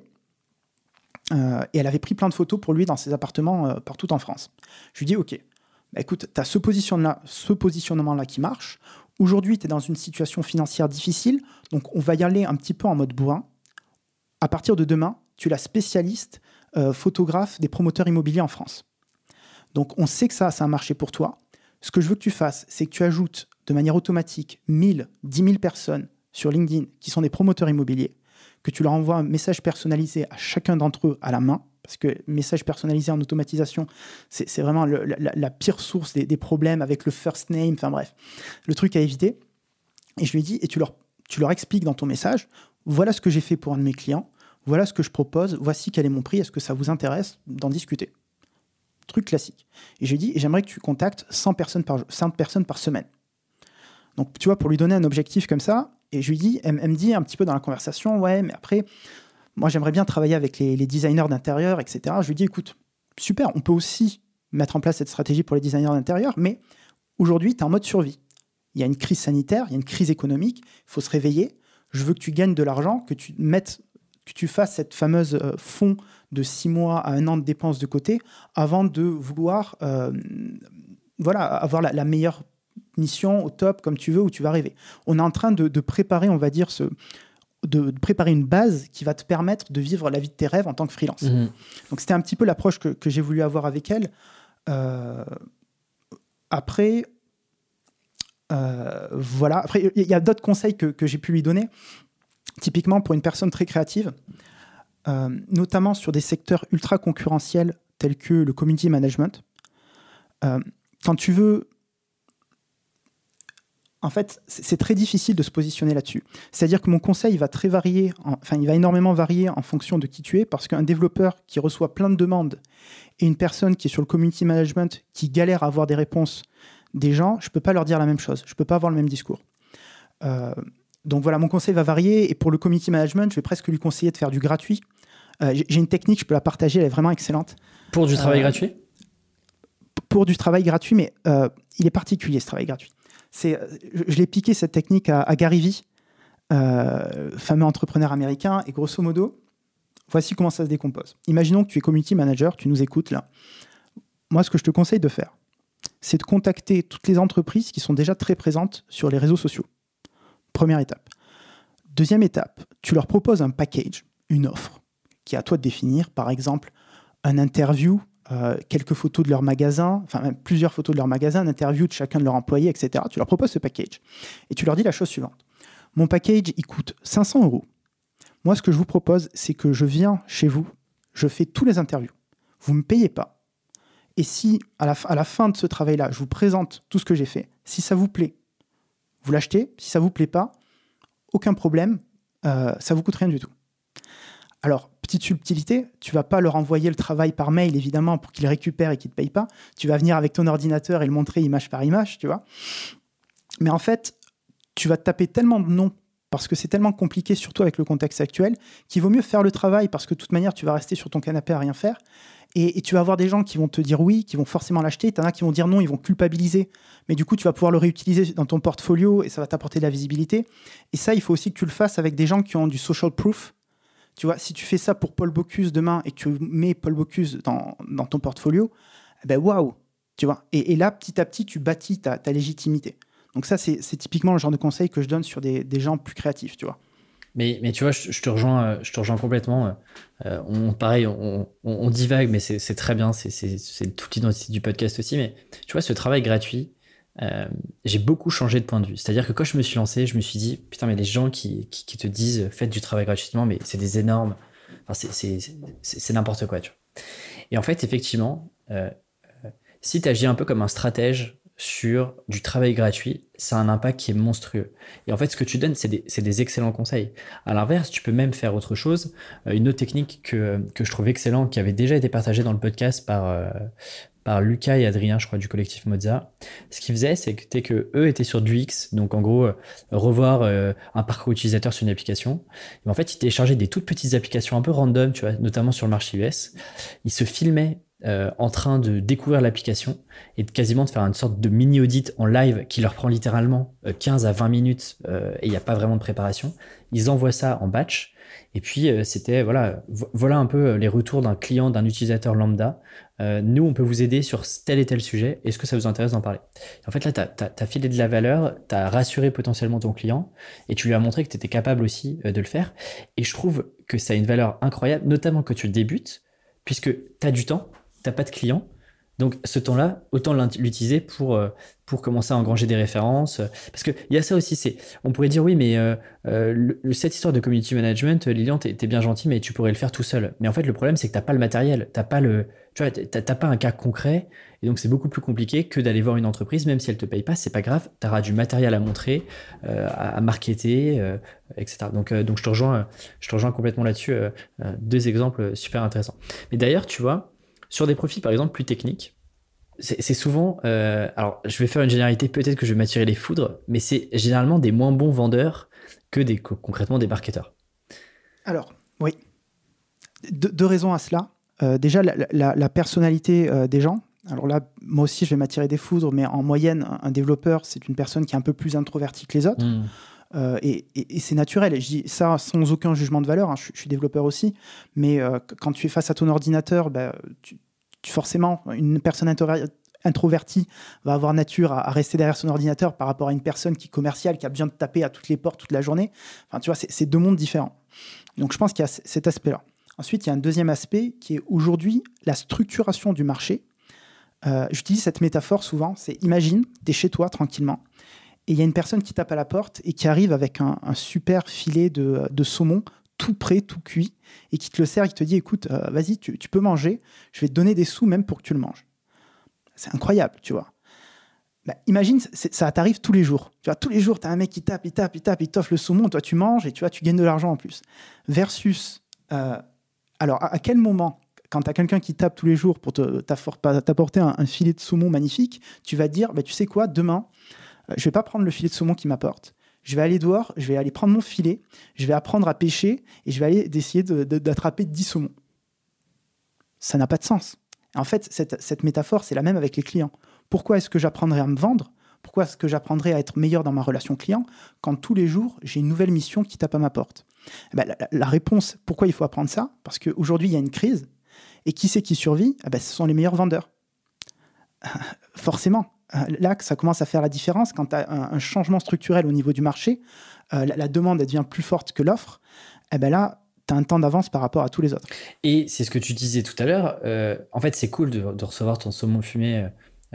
Et elle avait pris plein de photos pour lui dans ses appartements partout en France. Je lui dis, ok, écoute, tu as ce positionnement-là qui marche. Aujourd'hui, tu es dans une situation financière difficile, donc on va y aller un petit peu en mode bourrin. À partir de demain, tu es la spécialiste photographe des promoteurs immobiliers en France. Donc on sait que ça a marché pour toi. Ce que je veux que tu fasses, c'est que tu ajoutes de manière automatique 1000, 10 000 personnes sur LinkedIn qui sont des promoteurs immobiliers, que tu leur envoies un message personnalisé à chacun d'entre eux à la main, parce que message personnalisé en automatisation, c'est vraiment la pire source des problèmes avec le first name, enfin bref, le truc à éviter. Et je lui dis, et tu leur expliques dans ton message, voilà ce que j'ai fait pour un de mes clients, voilà ce que je propose, voici quel est mon prix, est-ce que ça vous intéresse d'en discuter? Truc classique. Et je lui dis, j'aimerais que tu contactes 100 personnes par semaine. Donc, tu vois, pour lui donner un objectif comme ça, et je lui dis, elle me dit un petit peu dans la conversation, ouais, mais après, moi, j'aimerais bien travailler avec les designers d'intérieur, etc. Je lui dis, écoute, super, on peut aussi mettre en place cette stratégie pour les designers d'intérieur, mais aujourd'hui, tu es en mode survie. Il y a une crise sanitaire, il y a une crise économique, il faut se réveiller. Je veux que tu gagnes de l'argent, que tu fasses cette fameuse fonds de 6 mois à 1 an de dépenses de côté avant de vouloir avoir la meilleure mission au top, comme tu veux, où tu vas arriver. On est en train de préparer, on va dire, de préparer une base qui va te permettre de vivre la vie de tes rêves en tant que freelance. Mmh. Donc, c'était un petit peu l'approche que j'ai voulu avoir avec elle. Après, Après, il y a d'autres conseils que j'ai pu lui donner. Typiquement, pour une personne très créative, notamment sur des secteurs ultra concurrentiels tels que le community management, quand tu veux... En fait, c'est très difficile de se positionner là-dessus. C'est-à-dire que mon conseil va très varier, il va énormément varier en fonction de qui tu es, parce qu'un développeur qui reçoit plein de demandes et une personne qui est sur le community management qui galère à avoir des réponses des gens, je ne peux pas leur dire la même chose. Je ne peux pas avoir le même discours. Donc voilà, mon conseil va varier. Et pour le community management, je vais presque lui conseiller de faire du gratuit. J'ai une technique, je peux la partager, elle est vraiment excellente. Pour du travail gratuit ? Pour du travail gratuit, mais il est particulier ce travail gratuit. Je l'ai piqué cette technique à Gary Vee, fameux entrepreneur américain, et grosso modo, voici comment ça se décompose. Imaginons que tu es community manager, tu nous écoutes là. Moi, ce que je te conseille de faire, c'est de contacter toutes les entreprises qui sont déjà très présentes sur les réseaux sociaux. Première étape. Deuxième étape, tu leur proposes un package, une offre, qui est à toi de définir, par exemple, un interview, quelques photos de leur magasin, enfin même plusieurs photos de leur magasin, un interview de chacun de leurs employés, etc. Tu leur proposes ce package. Et tu leur dis la chose suivante. Mon package, il coûte 500 €. Moi, ce que je vous propose, c'est que je viens chez vous, je fais tous les interviews. Vous ne me payez pas. Et si, à la fin de ce travail-là, je vous présente tout ce que j'ai fait, si ça vous plaît, vous l'achetez. Si ça ne vous plaît pas, aucun problème, ça ne vous coûte rien du tout. Alors, petite subtilité, tu ne vas pas leur envoyer le travail par mail, évidemment, pour qu'ils le récupèrent et qu'ils ne te payent pas. Tu vas venir avec ton ordinateur et le montrer image par image, tu vois. Mais en fait, tu vas te taper tellement de noms, parce que c'est tellement compliqué, surtout avec le contexte actuel, qu'il vaut mieux faire le travail, parce que de toute manière, tu vas rester sur ton canapé à rien faire. Et tu vas avoir des gens qui vont te dire oui, qui vont forcément l'acheter. Tu en as qui vont dire non, ils vont culpabiliser. Mais du coup, tu vas pouvoir le réutiliser dans ton portfolio et ça va t'apporter de la visibilité. Et ça, il faut aussi que tu le fasses avec des gens qui ont du social proof. Tu vois, si tu fais ça pour Paul Bocuse demain et que tu mets Paul Bocuse dans ton portfolio, ben waouh, tu vois. Et là, petit à petit, tu bâtis ta légitimité. Donc ça, c'est typiquement le genre de conseil que je donne sur des gens plus créatifs, tu vois. Mais tu vois, je te rejoins complètement. Pareil, on divague, mais c'est très bien. C'est toute l'identité du podcast aussi. Mais tu vois, ce travail gratuit, j'ai beaucoup changé de point de vue. C'est-à-dire que quand je me suis lancé, je me suis dit, putain, mais les gens qui te disent, faites du travail gratuitement, mais c'est des énormes... Enfin, c'est n'importe quoi, tu vois. Et en fait, effectivement, si tu agis un peu comme un stratège sur du travail gratuit, ça a un impact qui est monstrueux. Et en fait, ce que tu donnes, c'est des excellents conseils. À l'inverse, tu peux même faire autre chose. Une autre technique que je trouve excellente, qui avait déjà été partagée dans le podcast par Lucas et Adrien, je crois, du collectif Mozart. Ce qu'ils faisaient, c'était que eux étaient sur du X, donc en gros, revoir un parcours utilisateur sur une application. Et en fait, ils téléchargeaient des toutes petites applications un peu random, tu vois, notamment sur le marché US. Ils se filmaient en train de découvrir l'application et quasiment de faire une sorte de mini-audit en live qui leur prend littéralement 15 à 20 minutes et il n'y a pas vraiment de préparation. Ils envoient ça en batch et puis c'était voilà un peu les retours d'un client, d'un utilisateur lambda. Nous, on peut vous aider sur tel et tel sujet. Est-ce que ça vous intéresse d'en parler? En fait, là, t'as filé de la valeur, t'as rassuré potentiellement ton client et tu lui as montré que tu étais capable aussi de le faire. Et je trouve que ça a une valeur incroyable, notamment que tu débutes, puisque tu as du temps, t'as pas de clients, donc ce temps-là, autant l'utiliser pour commencer à engranger des références. Parce qu'il y a ça aussi, on pourrait dire oui, mais cette histoire de community management, Lilian, t'es bien gentil, mais tu pourrais le faire tout seul. Mais en fait, le problème, c'est que t'as pas le matériel, t'as pas un cas concret, et donc c'est beaucoup plus compliqué que d'aller voir une entreprise, même si elle te paye pas, c'est pas grave, t'auras du matériel à montrer, à marketer, etc. Donc je te rejoins complètement là-dessus. 2 exemples super intéressants. Mais d'ailleurs, tu vois, sur des profils, par exemple, plus techniques, c'est souvent... alors, je vais faire une généralité, peut-être que je vais m'attirer les foudres, mais c'est généralement des moins bons vendeurs que concrètement des marketeurs. Alors, oui. Deux raisons à cela. Déjà, la personnalité des gens. Alors là, moi aussi, je vais m'attirer des foudres, mais en moyenne, un développeur, c'est une personne qui est un peu plus introvertie que les autres. Et c'est naturel. Et je dis ça sans aucun jugement de valeur. Hein. Je suis développeur aussi. Mais quand tu es face à ton ordinateur, forcément, une personne introvertie va avoir nature à rester derrière son ordinateur par rapport à une personne qui est commerciale, qui a besoin de taper à toutes les portes toute la journée. Enfin, tu vois, c'est deux mondes différents. Donc, je pense qu'il y a cet aspect-là. Ensuite, il y a un deuxième aspect qui est aujourd'hui la structuration du marché. J'utilise cette métaphore souvent. C'est imagine, tu es chez toi tranquillement et il y a une personne qui tape à la porte et qui arrive avec un super filet de saumon tout prêt, tout cuit et qui te le sert et qui te dit écoute, vas-y, tu peux manger, je vais te donner des sous même pour que tu le manges. C'est incroyable, tu vois. Imagine, ça t'arrive tous les jours. Tu vois, tous les jours, tu as un mec qui tape, il t'offre le saumon, toi tu manges et tu gagnes de l'argent en plus. Versus, alors à quel moment, quand tu as quelqu'un qui tape tous les jours pour t'apporter un filet de saumon magnifique, tu vas te dire, tu sais quoi, demain, je ne vais pas prendre le filet de saumon qu'il m'apporte. Je vais aller dehors, je vais aller prendre mon filet, je vais apprendre à pêcher et je vais aller essayer d'attraper 10 saumons. Ça n'a pas de sens. En fait, cette métaphore, c'est la même avec les clients. Pourquoi est-ce que j'apprendrai à me vendre ? Pourquoi est-ce que j'apprendrai à être meilleur dans ma relation client quand tous les jours, j'ai une nouvelle mission qui tape à ma porte ? La réponse, pourquoi il faut apprendre ça ? Parce qu'aujourd'hui, il y a une crise. Et qui c'est qui survit ? Ce sont les meilleurs vendeurs. Forcément. Là, ça commence à faire la différence. Quand tu as un changement structurel au niveau du marché, la demande elle devient plus forte que l'offre. Là, tu as un temps d'avance par rapport à tous les autres. Et c'est ce que tu disais tout à l'heure. En fait, c'est cool de recevoir ton saumon fumé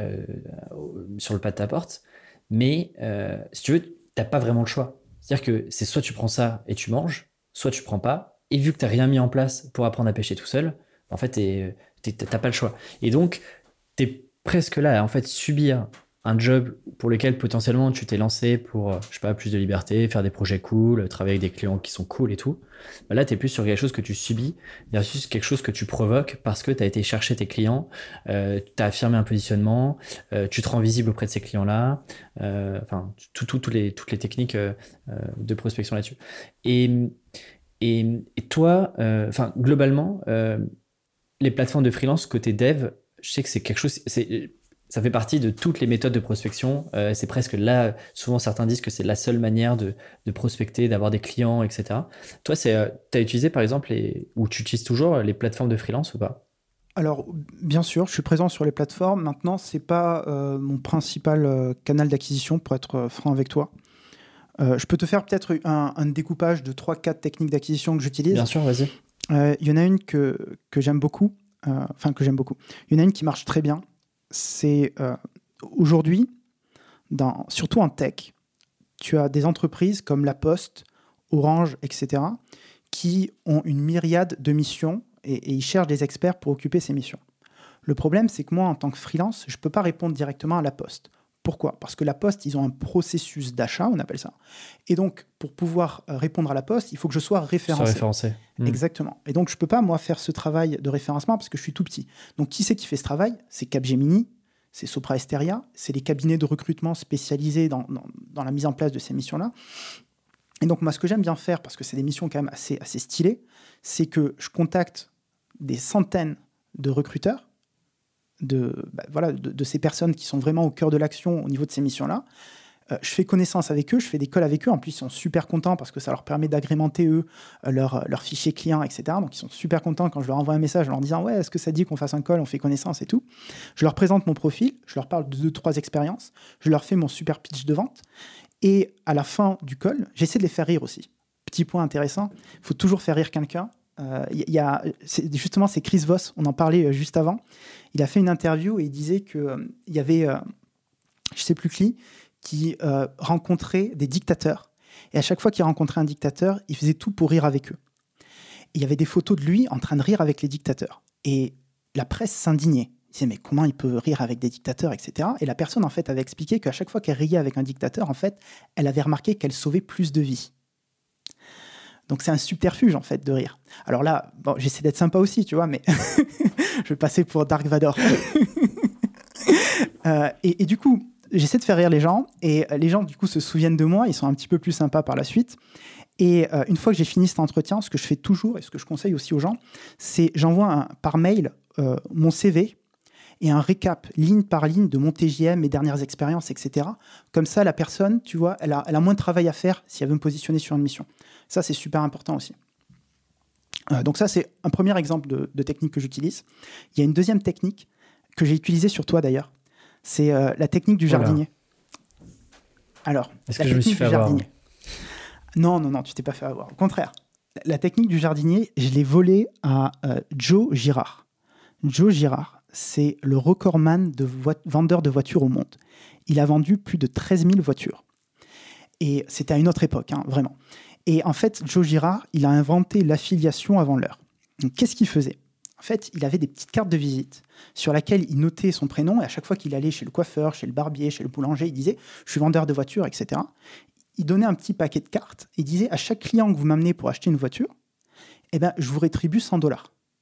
sur le pas de ta porte. Mais si tu veux, tu n'as pas vraiment le choix. C'est-à-dire que c'est soit tu prends ça et tu manges, soit tu prends pas. Et vu que tu n'as rien mis en place pour apprendre à pêcher tout seul, en fait, tu n'as pas le choix. Et donc, tu es presque là à en fait subir un job pour lequel potentiellement tu t'es lancé pour, je sais pas, plus de liberté, faire des projets cool, travailler avec des clients qui sont cool et tout. Là, tu es plus sur quelque chose que tu subis versus quelque chose que tu provoques parce que tu as été chercher tes clients, tu as affirmé un positionnement, tu te rends visible auprès de ces clients-là, enfin, toutes les techniques de prospection là-dessus. Et toi, globalement, les plateformes de freelance côté dev, je sais que c'est quelque chose, ça fait partie de toutes les méthodes de prospection. C'est presque là, souvent certains disent que c'est la seule manière de prospecter, d'avoir des clients, etc. Toi, tu as utilisé par exemple, ou tu utilises toujours les plateformes de freelance ou pas ? Alors, bien sûr, je suis présent sur les plateformes. Maintenant, ce n'est pas mon principal canal d'acquisition, pour être franc avec toi. Je peux te faire peut-être un découpage de 3-4 techniques d'acquisition que j'utilise. Bien sûr, vas-y. Il y en a une que j'aime beaucoup. Il y en a une qui marche très bien. C'est aujourd'hui, surtout en tech, tu as des entreprises comme La Poste, Orange, etc., qui ont une myriade de missions et ils cherchent des experts pour occuper ces missions. Le problème, c'est que moi, en tant que freelance, je ne peux pas répondre directement à La Poste. Pourquoi ? Parce que La Poste, ils ont un processus d'achat, on appelle ça. Et donc, pour pouvoir répondre à La Poste, il faut que je sois référencé. Exactement. Et donc, je ne peux pas, moi, faire ce travail de référencement parce que je suis tout petit. Donc, qui c'est qui fait ce travail ? C'est Capgemini, c'est Sopra Steria, c'est les cabinets de recrutement spécialisés dans la mise en place de ces missions-là. Et donc, moi, ce que j'aime bien faire, parce que c'est des missions quand même assez stylées, c'est que je contacte des centaines de recruteurs, de ces personnes qui sont vraiment au cœur de l'action au niveau de ces missions-là. Je fais connaissance avec eux, je fais des calls avec eux. En plus, ils sont super contents parce que ça leur permet d'agrémenter, eux, leur fichier client, etc. Donc, ils sont super contents quand je leur envoie un message en leur disant « Ouais, est-ce que ça dit qu'on fasse un call, on fait connaissance et tout ?» Je leur présente mon profil, je leur parle de 2-3 expériences, je leur fais mon super pitch de vente. Et à la fin du call, j'essaie de les faire rire aussi. Petit point intéressant, il faut toujours faire rire quelqu'un. Justement, c'est Chris Voss, on en parlait juste avant. Il a fait une interview et il disait qu'il y avait, je ne sais plus qui rencontrait des dictateurs. Et à chaque fois qu'il rencontrait un dictateur, il faisait tout pour rire avec eux. Et il y avait des photos de lui en train de rire avec les dictateurs. Et la presse s'indignait. Il disait, mais comment il peut rire avec des dictateurs, etc. Et la personne, en fait, avait expliqué qu'à chaque fois qu'elle riait avec un dictateur, en fait, elle avait remarqué qu'elle sauvait plus de vies. Donc, c'est un subterfuge, en fait, de rire. Alors là, bon, j'essaie d'être sympa aussi, tu vois, mais je vais passer pour Dark Vador. Et du coup, j'essaie de faire rire les gens, et les gens, du coup, se souviennent de moi, ils sont un petit peu plus sympas par la suite. Et une fois que j'ai fini cet entretien, ce que je fais toujours, et ce que je conseille aussi aux gens, c'est j'envoie par mail mon CV et un récap, ligne par ligne, de mon TJM, mes dernières expériences, etc. Comme ça, la personne, tu vois, elle a moins de travail à faire si elle veut me positionner sur une mission. Ça, c'est super important aussi. Donc ça, c'est un premier exemple de technique que j'utilise. Il y a une deuxième technique que j'ai utilisée sur toi, d'ailleurs. C'est la technique du jardinier. Alors, est-ce que je me suis fait avoir ? Non, tu t'es pas fait avoir. Au contraire, la technique du jardinier, je l'ai volée à Joe Girard. Joe Girard, c'est le recordman de vendeur de voitures au monde. Il a vendu plus de 13 000 voitures. Et c'était à une autre époque, hein, vraiment. Et en fait, Joe Girard, il a inventé l'affiliation avant l'heure. Donc, qu'est-ce qu'il faisait ? En fait, il avait des petites cartes de visite sur lesquelles il notait son prénom, et à chaque fois qu'il allait chez le coiffeur, chez le barbier, chez le boulanger, il disait « je suis vendeur de voitures », etc. Il donnait un petit paquet de cartes, et il disait « à chaque client que vous m'amenez pour acheter une voiture, eh ben, je vous rétribue $100 ».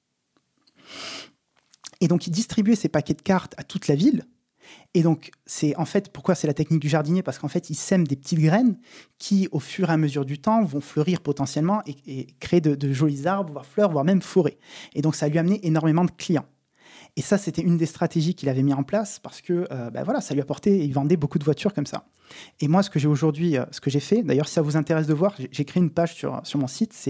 Et donc, il distribuait ces paquets de cartes à toute la ville. Et donc, c'est en fait, pourquoi c'est la technique du jardinier ? Parce qu'en fait, il sème des petites graines qui, au fur et à mesure du temps, vont fleurir potentiellement et créer de jolis arbres, voire fleurs, voire même forêts. Et donc, ça lui a amené énormément de clients. Et ça, c'était une des stratégies qu'il avait mis en place parce que voilà, ça lui apportait, il vendait beaucoup de voitures comme ça. Et moi, ce que j'ai aujourd'hui, ce que j'ai fait, d'ailleurs, si ça vous intéresse de voir, j'ai créé une page sur mon site, c'est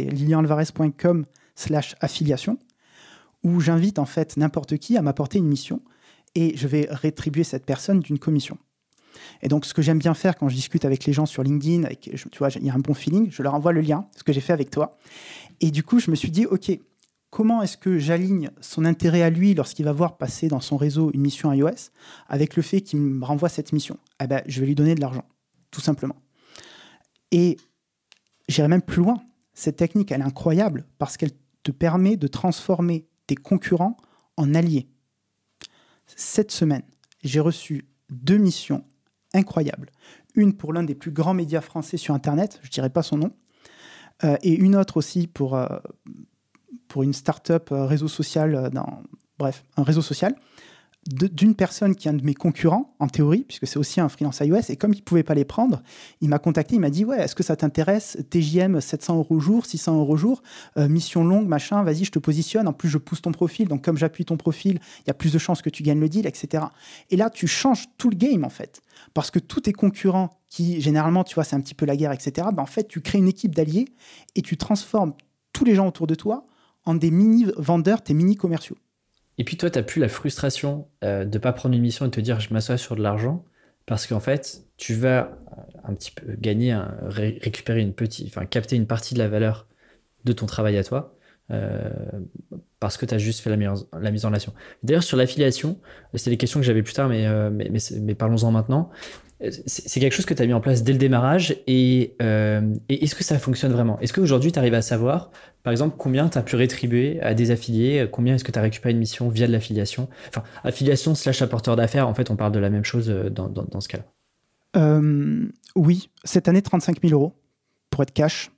lilianalvarez.com/affiliation, où j'invite en fait n'importe qui à m'apporter une mission et je vais rétribuer cette personne d'une commission. Et donc, ce que j'aime bien faire quand je discute avec les gens sur LinkedIn, tu vois, il y a un bon feeling, je leur envoie le lien, ce que j'ai fait avec toi. Et du coup, je me suis dit, OK, comment est-ce que j'aligne son intérêt à lui lorsqu'il va voir passer dans son réseau une mission iOS avec le fait qu'il me renvoie cette mission ? Eh ben, je vais lui donner de l'argent, tout simplement. Et j'irai même plus loin. Cette technique, elle est incroyable parce qu'elle te permet de transformer tes concurrents en alliés. Cette semaine, j'ai reçu 2 missions incroyables. Une pour l'un des plus grands médias français sur Internet, je ne dirai pas son nom, et une autre aussi pour une start-up réseau social, un réseau social, d'une personne qui est un de mes concurrents, en théorie, puisque c'est aussi un freelance iOS, et comme il ne pouvait pas les prendre, il m'a contacté, il m'a dit « Ouais, est-ce que ça t'intéresse ? TJM 700 € jour, 600 € jour, mission longue, machin, vas-y, je te positionne, en plus je pousse ton profil, donc comme j'appuie ton profil, il y a plus de chances que tu gagnes le deal, etc. » Et là, tu changes tout le game, en fait, parce que tous tes concurrents, qui généralement, tu vois, c'est un petit peu la guerre, etc., en fait, tu crées une équipe d'alliés et tu transformes tous les gens autour de toi en des mini-vendeurs, tes mini-commerciaux. Et puis toi, tu n'as plus la frustration de ne pas prendre une mission et de te dire je m'assois sur de l'argent parce qu'en fait, tu vas un petit peu gagner, récupérer capter une partie de la valeur de ton travail à toi parce que tu as juste fait la mise en relation. D'ailleurs, sur l'affiliation, c'est des questions que j'avais plus tard, mais parlons-en maintenant. C'est quelque chose que tu as mis en place dès le démarrage et est-ce que ça fonctionne vraiment ? Est-ce qu'aujourd'hui, tu arrives à savoir, par exemple, combien tu as pu rétribuer à des affiliés ? Combien est-ce que tu as récupéré une mission via de l'affiliation ? Enfin, affiliation / apporteur d'affaires, en fait, on parle de la même chose dans ce cas-là. Oui, cette année, 35 000 € pour être cash.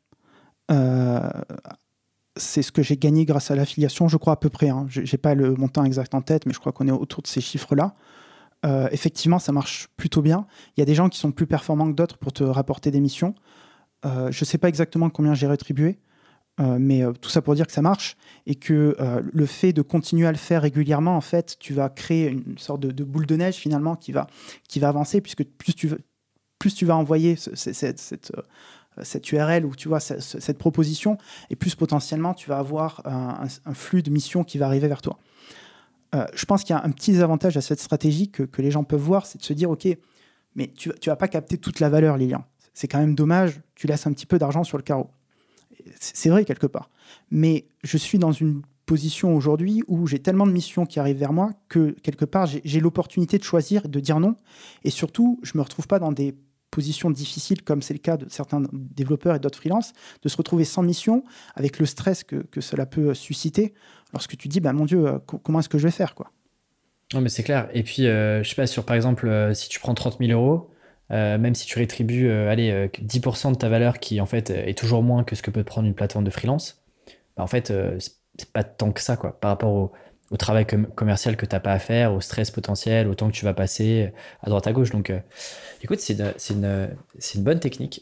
C'est ce que j'ai gagné grâce à l'affiliation, je crois à peu près. Hein. Je n'ai pas le montant exact en tête, mais je crois qu'on est autour de ces chiffres-là. Effectivement, ça marche plutôt bien. Il y a des gens qui sont plus performants que d'autres pour te rapporter des missions. Je ne sais pas exactement combien j'ai rétribué, mais tout ça pour dire que ça marche et que le fait de continuer à le faire régulièrement, en fait, tu vas créer une sorte de boule de neige finalement qui va avancer puisque plus tu vas envoyer cette URL ou tu vois cette proposition et plus potentiellement tu vas avoir un flux de missions qui va arriver vers toi. Je pense qu'il y a un petit désavantage à cette stratégie que les gens peuvent voir, c'est de se dire, OK, mais tu vas pas capter toute la valeur, Lilian. C'est quand même dommage, tu laisses un petit peu d'argent sur le carreau. C'est vrai, quelque part. Mais je suis dans une position aujourd'hui où j'ai tellement de missions qui arrivent vers moi que, quelque part, j'ai l'opportunité de choisir, de dire non. Et surtout, je me retrouve pas dans des positions difficiles, comme c'est le cas de certains développeurs et d'autres freelances, de se retrouver sans mission, avec le stress que cela peut susciter, lorsque tu dis, mon Dieu, comment est-ce que je vais faire, quoi. Non, mais c'est clair. Et puis, je sais pas, par exemple, si tu prends 30 000 €, même si tu rétribues 10% de ta valeur, qui en fait est toujours moins que ce que peut te prendre une plateforme de freelance, en fait, c'est pas tant que ça, quoi, par rapport au travail commercial que tu n'as pas à faire, au stress potentiel, au temps que tu vas passer à droite à gauche. Donc, écoute, c'est une bonne technique.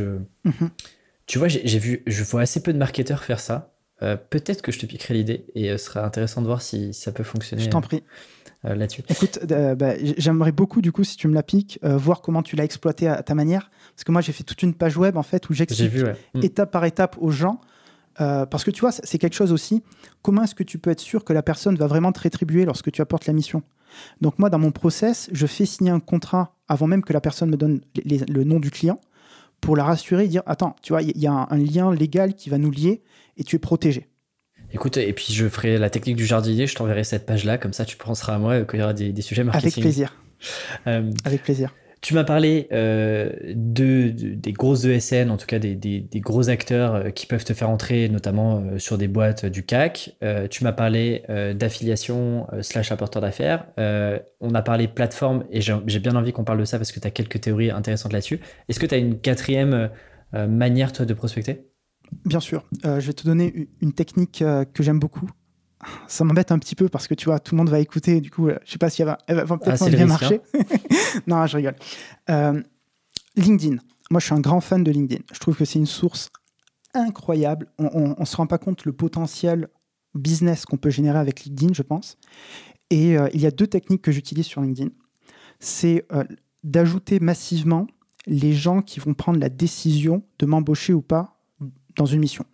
Tu vois, je vois assez peu de marketeurs faire ça. Peut-être que je te piquerai l'idée et ce sera intéressant de voir si ça peut fonctionner. Je t'en prie. Là-dessus. Écoute, j'aimerais beaucoup, du coup, si tu me la piques, voir comment tu l'as exploité à ta manière. Parce que moi, j'ai fait toute une page web, en fait, où j'explique étape par étape aux gens. Parce que tu vois, c'est quelque chose aussi. Comment est-ce que tu peux être sûr que la personne va vraiment te rétribuer lorsque tu apportes la mission ? Donc moi, dans mon process, je fais signer un contrat avant même que la personne me donne le nom du client pour la rassurer et dire, attends, tu vois, il y a un lien légal qui va nous lier et tu es protégé. Écoute, et puis je ferai la technique du jardinier, je t'enverrai cette page-là, comme ça tu penseras à moi qu'il y aura des sujets marketing. Avec plaisir. Avec plaisir. Tu m'as parlé des grosses ESN, en tout cas des gros acteurs qui peuvent te faire entrer, notamment sur des boîtes du CAC. Tu m'as parlé d'affiliation / apporteur d'affaires. On a parlé plateforme et j'ai bien envie qu'on parle de ça parce que tu as quelques théories intéressantes là-dessus. Est-ce que tu as une quatrième manière, toi, de prospecter ? Bien sûr. Je vais te donner une technique que j'aime beaucoup. Ça m'embête un petit peu parce que tu vois, tout le monde va écouter. Du coup, je ne sais pas si elle va peut-être bien marcher. Non, je rigole. LinkedIn. Moi, je suis un grand fan de LinkedIn. Je trouve que c'est une source incroyable. On ne se rend pas compte le potentiel business qu'on peut générer avec LinkedIn, je pense. Et il y a 2 techniques que j'utilise sur LinkedIn. C'est d'ajouter massivement les gens qui vont prendre la décision de m'embaucher ou pas dans une mission.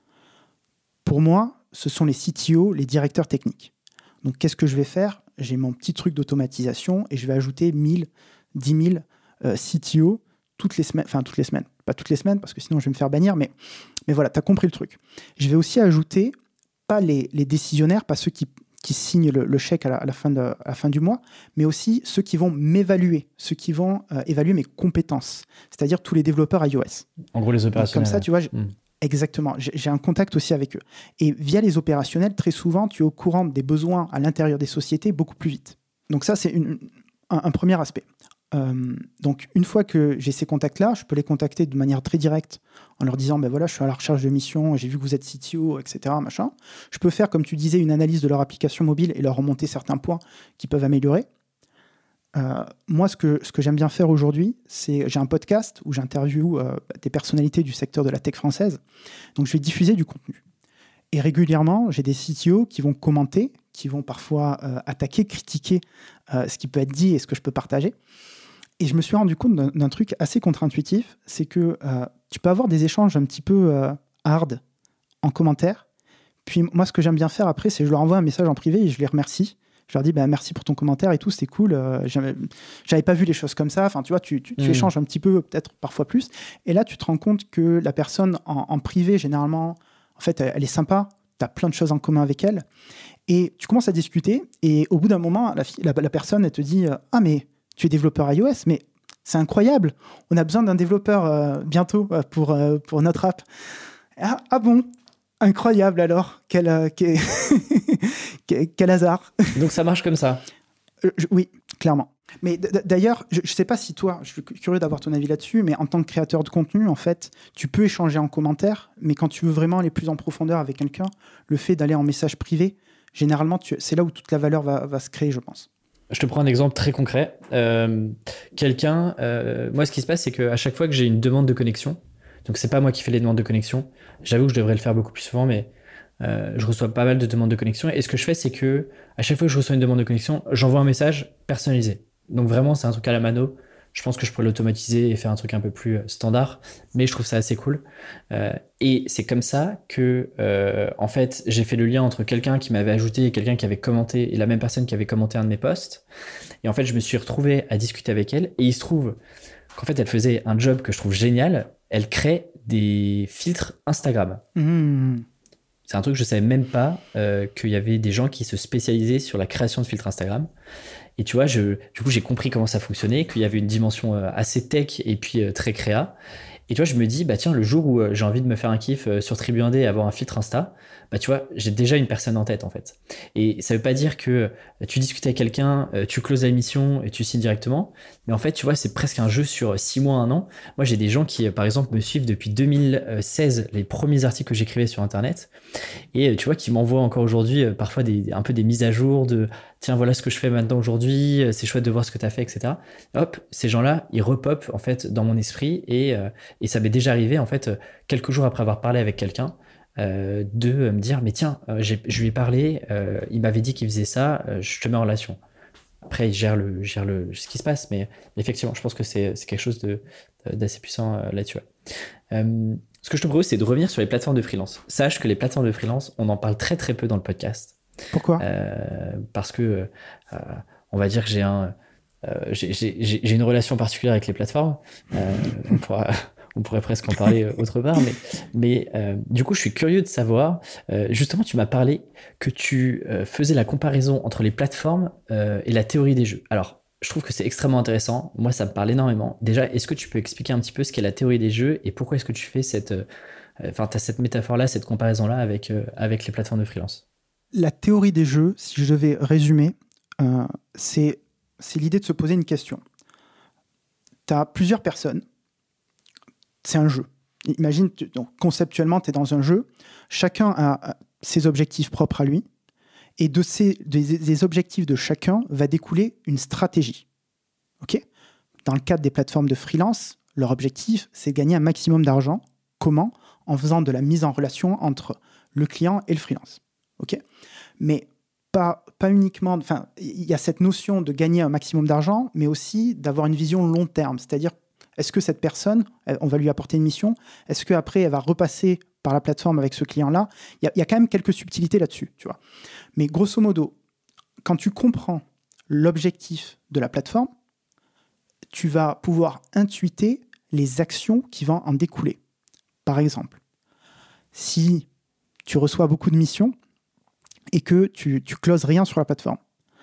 Pour moi, ce sont les CTO, les directeurs techniques. Donc, qu'est-ce que je vais faire ? J'ai mon petit truc d'automatisation et je vais ajouter 1000, 10 000 CTO toutes les semaines. Enfin, toutes les semaines. Pas toutes les semaines, parce que sinon, je vais me faire bannir. Mais voilà, tu as compris le truc. Je vais aussi ajouter, pas les décisionnaires, pas ceux qui signent le chèque à la fin du mois, mais aussi ceux qui vont m'évaluer, ceux qui vont évaluer mes compétences, c'est-à-dire tous les développeurs iOS. En gros, les opérationnels. Donc, comme ça, tu vois, exactement, j'ai un contact aussi avec eux. Et via les opérationnels, très souvent, tu es au courant des besoins à l'intérieur des sociétés beaucoup plus vite. Donc ça, c'est un premier aspect. Donc, une fois que j'ai ces contacts-là, je peux les contacter de manière très directe en leur disant, voilà, je suis à la recherche de mission, j'ai vu que vous êtes CTO, etc. Machin. Je peux faire, comme tu disais, une analyse de leur application mobile et leur remonter certains points qui peuvent améliorer. Moi, ce que j'aime bien faire aujourd'hui, c'est j'ai un podcast où j'interviewe des personnalités du secteur de la tech française. Donc, je vais diffuser du contenu. Et régulièrement, j'ai des CTO qui vont commenter, qui vont parfois attaquer, critiquer ce qui peut être dit et ce que je peux partager. Et je me suis rendu compte d'un truc assez contre-intuitif, c'est que tu peux avoir des échanges un petit peu hard en commentaire. Puis moi, ce que j'aime bien faire après, c'est que je leur envoie un message en privé et je les remercie. Je leur dis merci pour ton commentaire et tout, c'était cool. J'avais pas vu les choses comme ça. Enfin, tu vois, tu échanges un petit peu, peut-être parfois plus. Et là, tu te rends compte que la personne en privé, généralement, en fait, elle est sympa. Tu as plein de choses en commun avec elle. Et tu commences à discuter. Et au bout d'un moment, la personne, elle te dit « Ah, mais tu es développeur iOS, mais c'est incroyable. On a besoin d'un développeur bientôt pour notre app. » Ah bon ? Incroyable alors. Quel hasard. Donc ça marche comme ça. Oui, clairement. Mais d'ailleurs, je ne sais pas si toi, je suis curieux d'avoir ton avis là-dessus, mais en tant que créateur de contenu, en fait, tu peux échanger en commentaire, mais quand tu veux vraiment aller plus en profondeur avec quelqu'un, le fait d'aller en message privé, généralement, c'est là où toute la valeur va se créer, je pense. Je te prends un exemple très concret. Moi, ce qui se passe, c'est qu'à chaque fois que j'ai une demande de connexion, donc c'est pas moi qui fais les demandes de connexion, j'avoue que je devrais le faire beaucoup plus souvent, mais je reçois pas mal de demandes de connexion. Et ce que je fais, c'est que à chaque fois que je reçois une demande de connexion, j'envoie un message personnalisé. Donc vraiment, c'est un truc à la mano. Je pense que je pourrais l'automatiser et faire un truc un peu plus standard, mais je trouve ça assez cool. Et c'est comme ça que, en fait, j'ai fait le lien entre quelqu'un qui m'avait ajouté et quelqu'un qui avait commenté, et la même personne qui avait commenté un de mes posts. Et en fait, je me suis retrouvé à discuter avec elle, et il se trouve qu'en fait, elle faisait un job que je trouve génial. Elle crée des filtres Instagram. C'est un truc que je savais même pas qu'il y avait des gens qui se spécialisaient sur la création de filtres Instagram. Et tu vois, du coup, j'ai compris comment ça fonctionnait, qu'il y avait une dimension assez tech et puis très créa. Et tu vois, je me dis, bah tiens, le jour où j'ai envie de me faire un kiff sur Tribu Indé et avoir un filtre Insta, bah tu vois, j'ai déjà une personne en tête en fait. Et ça veut pas dire que tu discutes avec quelqu'un, tu closes la mission et tu signes directement. Mais en fait, tu vois, c'est presque un jeu sur 6 mois, un an. Moi, j'ai des gens qui, par exemple, me suivent depuis 2016, les premiers articles que j'écrivais sur Internet. Et tu vois, qui m'envoient encore aujourd'hui parfois un peu des mises à jour de tiens, voilà ce que je fais maintenant aujourd'hui, c'est chouette de voir ce que tu as fait, etc. Hop, ces gens-là, ils repopent en fait dans mon esprit et ça m'est déjà arrivé en fait quelques jours après avoir parlé avec quelqu'un de me dire mais tiens, je lui ai parlé, il m'avait dit qu'il faisait ça, je te mets en relation. Après, il gère ce qui se passe, mais effectivement, je pense que c'est quelque chose d'assez puissant là-dessus. Ouais. Ce que je te propose, c'est de revenir sur les plateformes de freelance. Sache que les plateformes de freelance, on en parle très très peu dans le podcast. Pourquoi ? Parce que on va dire que j'ai une relation particulière avec les plateformes. On pourrait presque en parler autre part, mais du coup, je suis curieux de savoir. Justement, tu m'as parlé que tu faisais la comparaison entre les plateformes et la théorie des jeux. Alors, je trouve que c'est extrêmement intéressant. Moi, ça me parle énormément. Déjà, est-ce que tu peux expliquer un petit peu ce qu'est la théorie des jeux et pourquoi est-ce que tu fais t'as cette métaphore-là, cette comparaison-là avec les plateformes de freelance? La théorie des jeux, si je devais résumer, c'est l'idée de se poser une question. Tu as plusieurs personnes. C'est un jeu. Imagine, donc, conceptuellement, tu es dans un jeu. Chacun a ses objectifs propres à lui. Et des objectifs de chacun va découler une stratégie. Okay ? Dans le cadre des plateformes de freelance, leur objectif, c'est de gagner un maximum d'argent. Comment ? En faisant de la mise en relation entre le client et le freelance. Okay ? Mais pas uniquement... Enfin, il y a cette notion de gagner un maximum d'argent, mais aussi d'avoir une vision long terme. C'est-à-dire, est-ce que cette personne, on va lui apporter une mission, est-ce qu'après, elle va repasser par la plateforme avec ce client-là ? Il y a quand même quelques subtilités là-dessus, tu vois. Mais grosso modo, quand tu comprends l'objectif de la plateforme, tu vas pouvoir intuiter les actions qui vont en découler. Par exemple, si tu reçois beaucoup de missions et que tu closes rien sur la plateforme,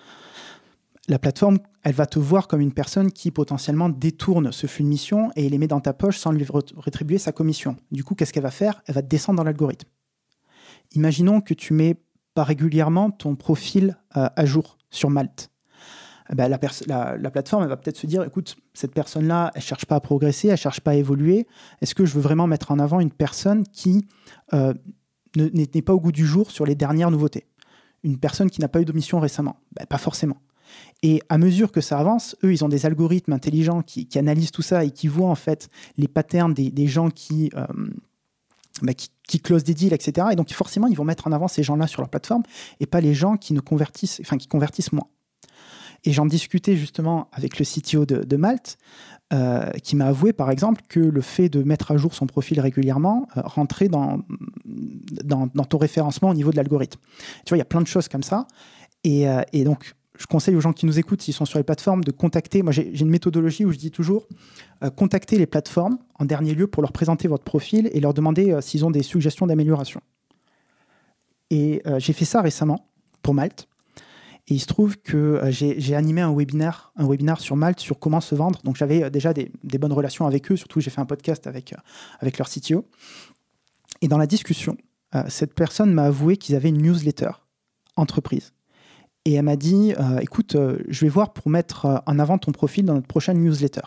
elle va te voir comme une personne qui potentiellement détourne ce flux de missions et les met dans ta poche sans lui rétribuer sa commission. Du coup, qu'est-ce qu'elle va faire ? Elle va te descendre dans l'algorithme. Imaginons que tu mets pas régulièrement ton profil à jour sur Malte. Ben, la plateforme, elle va peut-être se dire, écoute, cette personne-là, elle ne cherche pas à progresser, elle ne cherche pas à évoluer. Est-ce que je veux vraiment mettre en avant une personne qui n'est pas au goût du jour sur les dernières nouveautés ? Une personne qui n'a pas eu de mission récemment ? Ben, pas forcément. Et à mesure que ça avance, eux, ils ont des algorithmes intelligents qui analysent tout ça et qui voient en fait les patterns des gens qui closent des deals, etc. Et donc forcément, ils vont mettre en avant ces gens-là sur leur plateforme et pas les gens qui convertissent moins. Et j'en discutais justement avec le CTO de Malte, qui m'a avoué par exemple que le fait de mettre à jour son profil régulièrement rentrait dans ton référencement au niveau de l'algorithme. Tu vois, il y a plein de choses comme ça. Et donc, je conseille aux gens qui nous écoutent, s'ils sont sur les plateformes, de contacter. Moi, j'ai une méthodologie où je dis toujours contactez les plateformes en dernier lieu pour leur présenter votre profil et leur demander s'ils ont des suggestions d'amélioration. Et j'ai fait ça récemment pour Malte. Et il se trouve que j'ai animé un webinaire sur Malte sur comment se vendre. Donc, j'avais déjà des bonnes relations avec eux. Surtout, j'ai fait un podcast avec leur CTO. Et dans la discussion, cette personne m'a avoué qu'ils avaient une newsletter entreprise. Et elle m'a dit, écoute, je vais voir pour mettre en avant ton profil dans notre prochaine newsletter.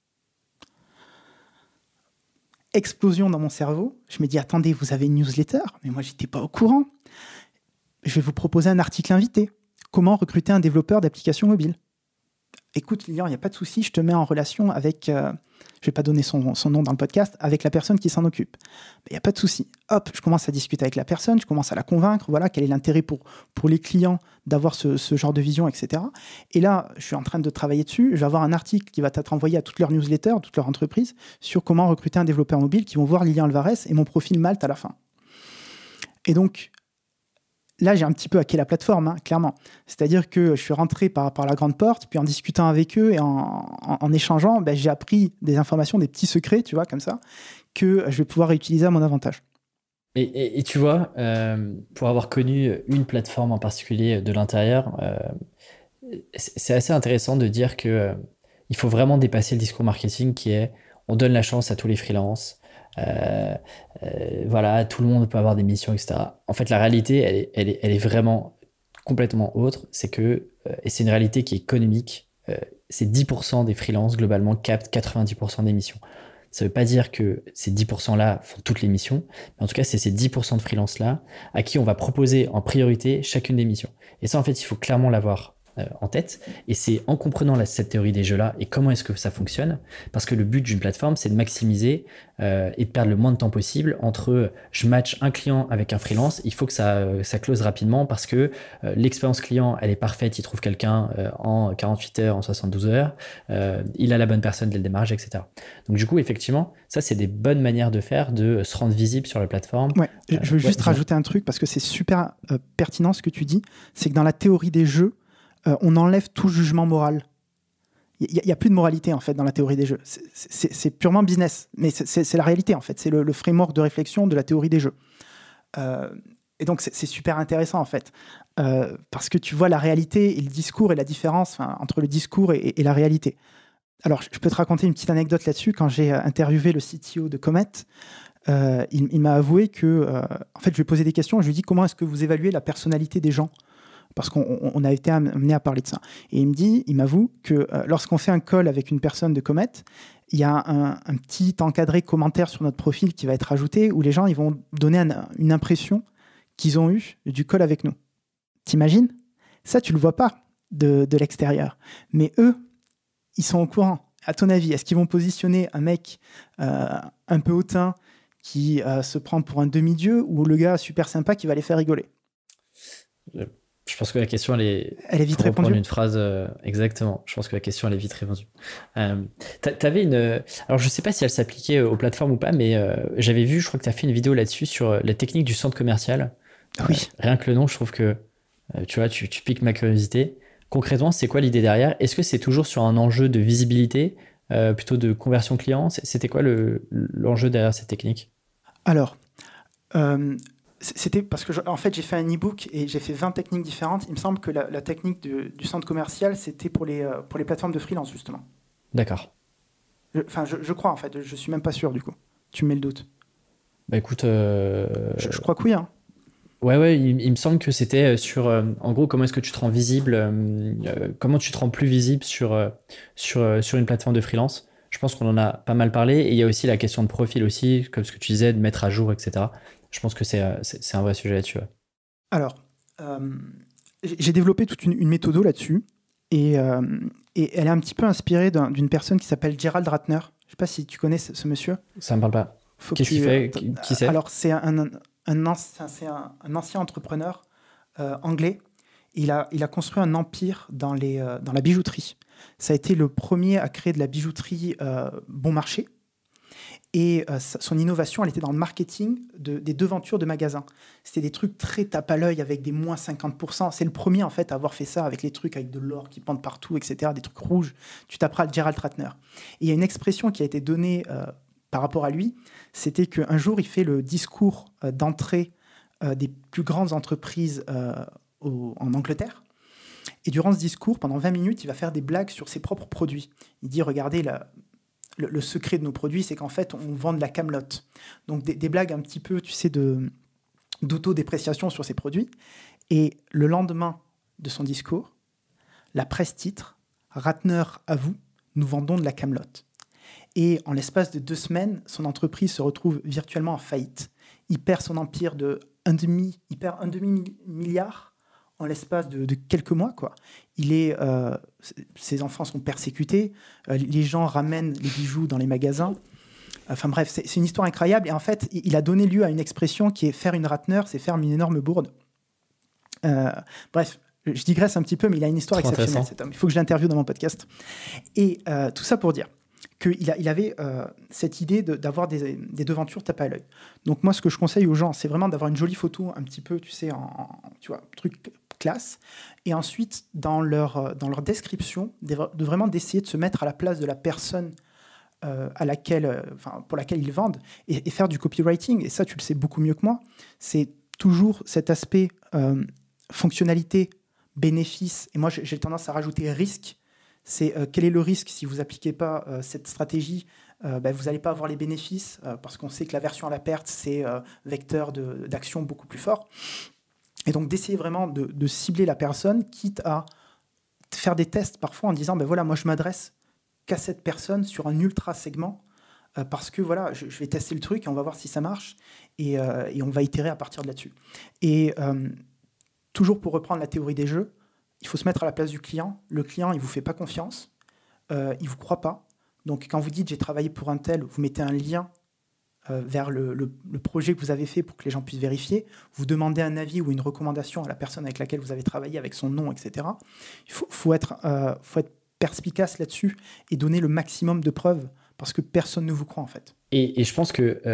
Explosion dans mon cerveau. Je me dis, attendez, vous avez une newsletter ? Mais moi, je n'étais pas au courant. Je vais vous proposer un article invité. Comment recruter un développeur d'applications mobiles ? Écoute, Lilian, il n'y a pas de souci, je te mets en relation avec, je ne vais pas donner son nom dans le podcast, avec la personne qui s'en occupe. Il n'y a pas de souci. Hop, je commence à discuter avec la personne, je commence à la convaincre, voilà, quel est l'intérêt pour les clients d'avoir ce genre de vision, etc. Et là, je suis en train de travailler dessus, je vais avoir un article qui va être envoyé à toutes leurs newsletters, toutes leurs entreprises, sur comment recruter un développeur mobile qui vont voir Lilian Alvarez et mon profil Malte à la fin. Et donc, là, j'ai un petit peu hacké la plateforme, clairement. C'est-à-dire que je suis rentré par la grande porte, puis en discutant avec eux et en échangeant, j'ai appris des informations, des petits secrets, tu vois, comme ça, que je vais pouvoir réutiliser à mon avantage. Et tu vois, pour avoir connu une plateforme en particulier de l'intérieur, c'est assez intéressant de dire que il faut vraiment dépasser le discours marketing qui est on donne la chance à tous les freelances. Voilà, tout le monde peut avoir des missions, etc. En fait, la réalité, elle est vraiment complètement autre. C'est que, et c'est une réalité qui est économique, c'est 10% des freelances globalement captent 90% des missions. Ça ne veut pas dire que ces 10%-là font toutes les missions, mais en tout cas, c'est ces 10% de freelance-là à qui on va proposer en priorité chacune des missions. Et ça, en fait, il faut clairement l'avoir en tête. Et c'est en comprenant cette théorie des jeux-là et comment est-ce que ça fonctionne, parce que le but d'une plateforme, c'est de maximiser et de perdre le moins de temps possible entre je match un client avec un freelance, il faut que ça close rapidement parce que l'expérience client, elle est parfaite, il trouve quelqu'un en 48 heures, en 72 heures, il a la bonne personne dès le démarrage, etc. Donc du coup, effectivement, ça, c'est des bonnes manières de faire, de se rendre visible sur la plateforme. Ouais, je veux juste rajouter un truc parce que c'est super pertinent ce que tu dis, c'est que dans la théorie des jeux, on enlève tout jugement moral. Il n'y a plus de moralité en fait dans la théorie des jeux. C'est purement business, mais c'est la réalité en fait. C'est le framework de réflexion de la théorie des jeux. Et donc c'est super intéressant en fait, parce que tu vois la réalité et le discours et la différence entre le discours et la réalité. Alors je peux te raconter une petite anecdote là-dessus. Quand j'ai interviewé le CTO de Comet, il m'a avoué que, en fait, je lui ai posé des questions. Je lui ai dit comment est-ce que vous évaluez la personnalité des gens ? Parce qu'on a été amené à parler de ça. Et il m'avoue que lorsqu'on fait un call avec une personne de Comet, il y a un petit encadré commentaire sur notre profil qui va être ajouté où les gens ils vont donner une impression qu'ils ont eue du call avec nous. T'imagines ? Ça, tu le vois pas de l'extérieur. Mais eux, ils sont au courant. À ton avis, est-ce qu'ils vont positionner un mec un peu hautain qui se prend pour un demi-dieu ou le gars super sympa qui va les faire rigoler ? Je pense que la question, elle est vite répondue. Une phrase, exactement. Je pense que la question, elle est vite répondue. T'avais alors, je ne sais pas si elle s'appliquait aux plateformes ou pas, mais j'avais vu, je crois que tu as fait une vidéo là-dessus sur la technique du centre commercial. Oui. Rien que le nom, je trouve que tu vois, tu piques ma curiosité. Concrètement, c'est quoi l'idée derrière ? Est-ce que c'est toujours sur un enjeu de visibilité, plutôt de conversion client ? C'était quoi l'enjeu derrière cette technique ? Alors, c'était parce que en fait, j'ai fait un e-book et j'ai fait 20 techniques différentes. Il me semble que la technique du centre commercial, c'était pour les plateformes de freelance, justement. D'accord. Je crois, en fait. Je suis même pas sûr, du coup. Tu me mets le doute. Bah écoute... Je crois que oui, hein. Ouais, il me semble que c'était sur, en gros, comment est-ce que tu te rends visible, comment tu te rends plus visible sur une plateforme de freelance. Je pense qu'on en a pas mal parlé. Et il y a aussi la question de profil aussi, comme ce que tu disais, de mettre à jour, etc. Je pense que c'est un vrai sujet là-dessus. Ouais. Alors, j'ai développé toute une méthode là-dessus. Et elle est un petit peu inspirée d'une personne qui s'appelle Gerald Ratner. Je ne sais pas si tu connais ce monsieur. Ça ne me parle pas. Qu'est-ce qu'il fait ? Qui c'est ? Alors, c'est un ancien entrepreneur anglais. Il a construit un empire dans la bijouterie. Ça a été le premier à créer de la bijouterie bon marché. Et son innovation, elle était dans le marketing des devantures de magasins. C'était des trucs très tape à l'œil avec des moins 50%. C'est le premier, en fait, à avoir fait ça avec les trucs avec de l'or qui pendent partout, etc., des trucs rouges. Tu taperas Gerald Ratner. Et il y a une expression qui a été donnée par rapport à lui, c'était qu'un jour, il fait le discours d'entrée des plus grandes entreprises en Angleterre. Et durant ce discours, pendant 20 minutes, il va faire des blagues sur ses propres produits. Il dit, regardez, le secret de nos produits, c'est qu'en fait, on vend de la camelote. Donc, des blagues un petit peu, tu sais, d'autodépréciation sur ces produits. Et le lendemain de son discours, la presse titre « Ratner avoue, nous vendons de la camelote ». Et en l'espace de 2 semaines, son entreprise se retrouve virtuellement en faillite. Il perd son empire il perd un demi-milliard en l'espace de quelques mois, quoi. Ses enfants sont persécutés, les gens ramènent les bijoux dans les magasins. Enfin bref, c'est une histoire incroyable. Et en fait, il a donné lieu à une expression qui est faire une Ratner, c'est faire une énorme bourde. Bref, je digresse un petit peu, mais il a une histoire exceptionnelle, cet homme. Il faut que je l'interviewe dans mon podcast. Et tout ça pour dire qu'il avait cette idée d'avoir des devantures tape à l'œil. Donc moi, ce que je conseille aux gens, c'est vraiment d'avoir une jolie photo, un petit peu, tu sais, tu vois, truc classe. Et ensuite, dans leur description, de vraiment d'essayer de se mettre à la place de la personne pour laquelle ils vendent et faire du copywriting. Et ça, tu le sais beaucoup mieux que moi. C'est toujours cet aspect fonctionnalité, bénéfice. Et moi, j'ai tendance à rajouter risque. C'est quel est le risque si vous n'appliquez pas cette stratégie vous n'allez pas avoir les bénéfices parce qu'on sait que l'aversion à la perte, c'est vecteur d'action beaucoup plus fort. Et donc d'essayer vraiment de cibler la personne, quitte à faire des tests parfois en disant, voilà, moi je m'adresse qu'à cette personne sur un ultra segment parce que voilà, je vais tester le truc et on va voir si ça marche et on va itérer à partir de là-dessus. Et toujours pour reprendre la théorie des jeux, il faut se mettre à la place du client. Le client, il ne vous fait pas confiance, il ne vous croit pas. Donc quand vous dites j'ai travaillé pour un tel, vous mettez un lien vers le projet que vous avez fait pour que les gens puissent vérifier, vous demandez un avis ou une recommandation à la personne avec laquelle vous avez travaillé, avec son nom, etc. Il faut être perspicace là-dessus et donner le maximum de preuves parce que personne ne vous croit en fait. Et je pense que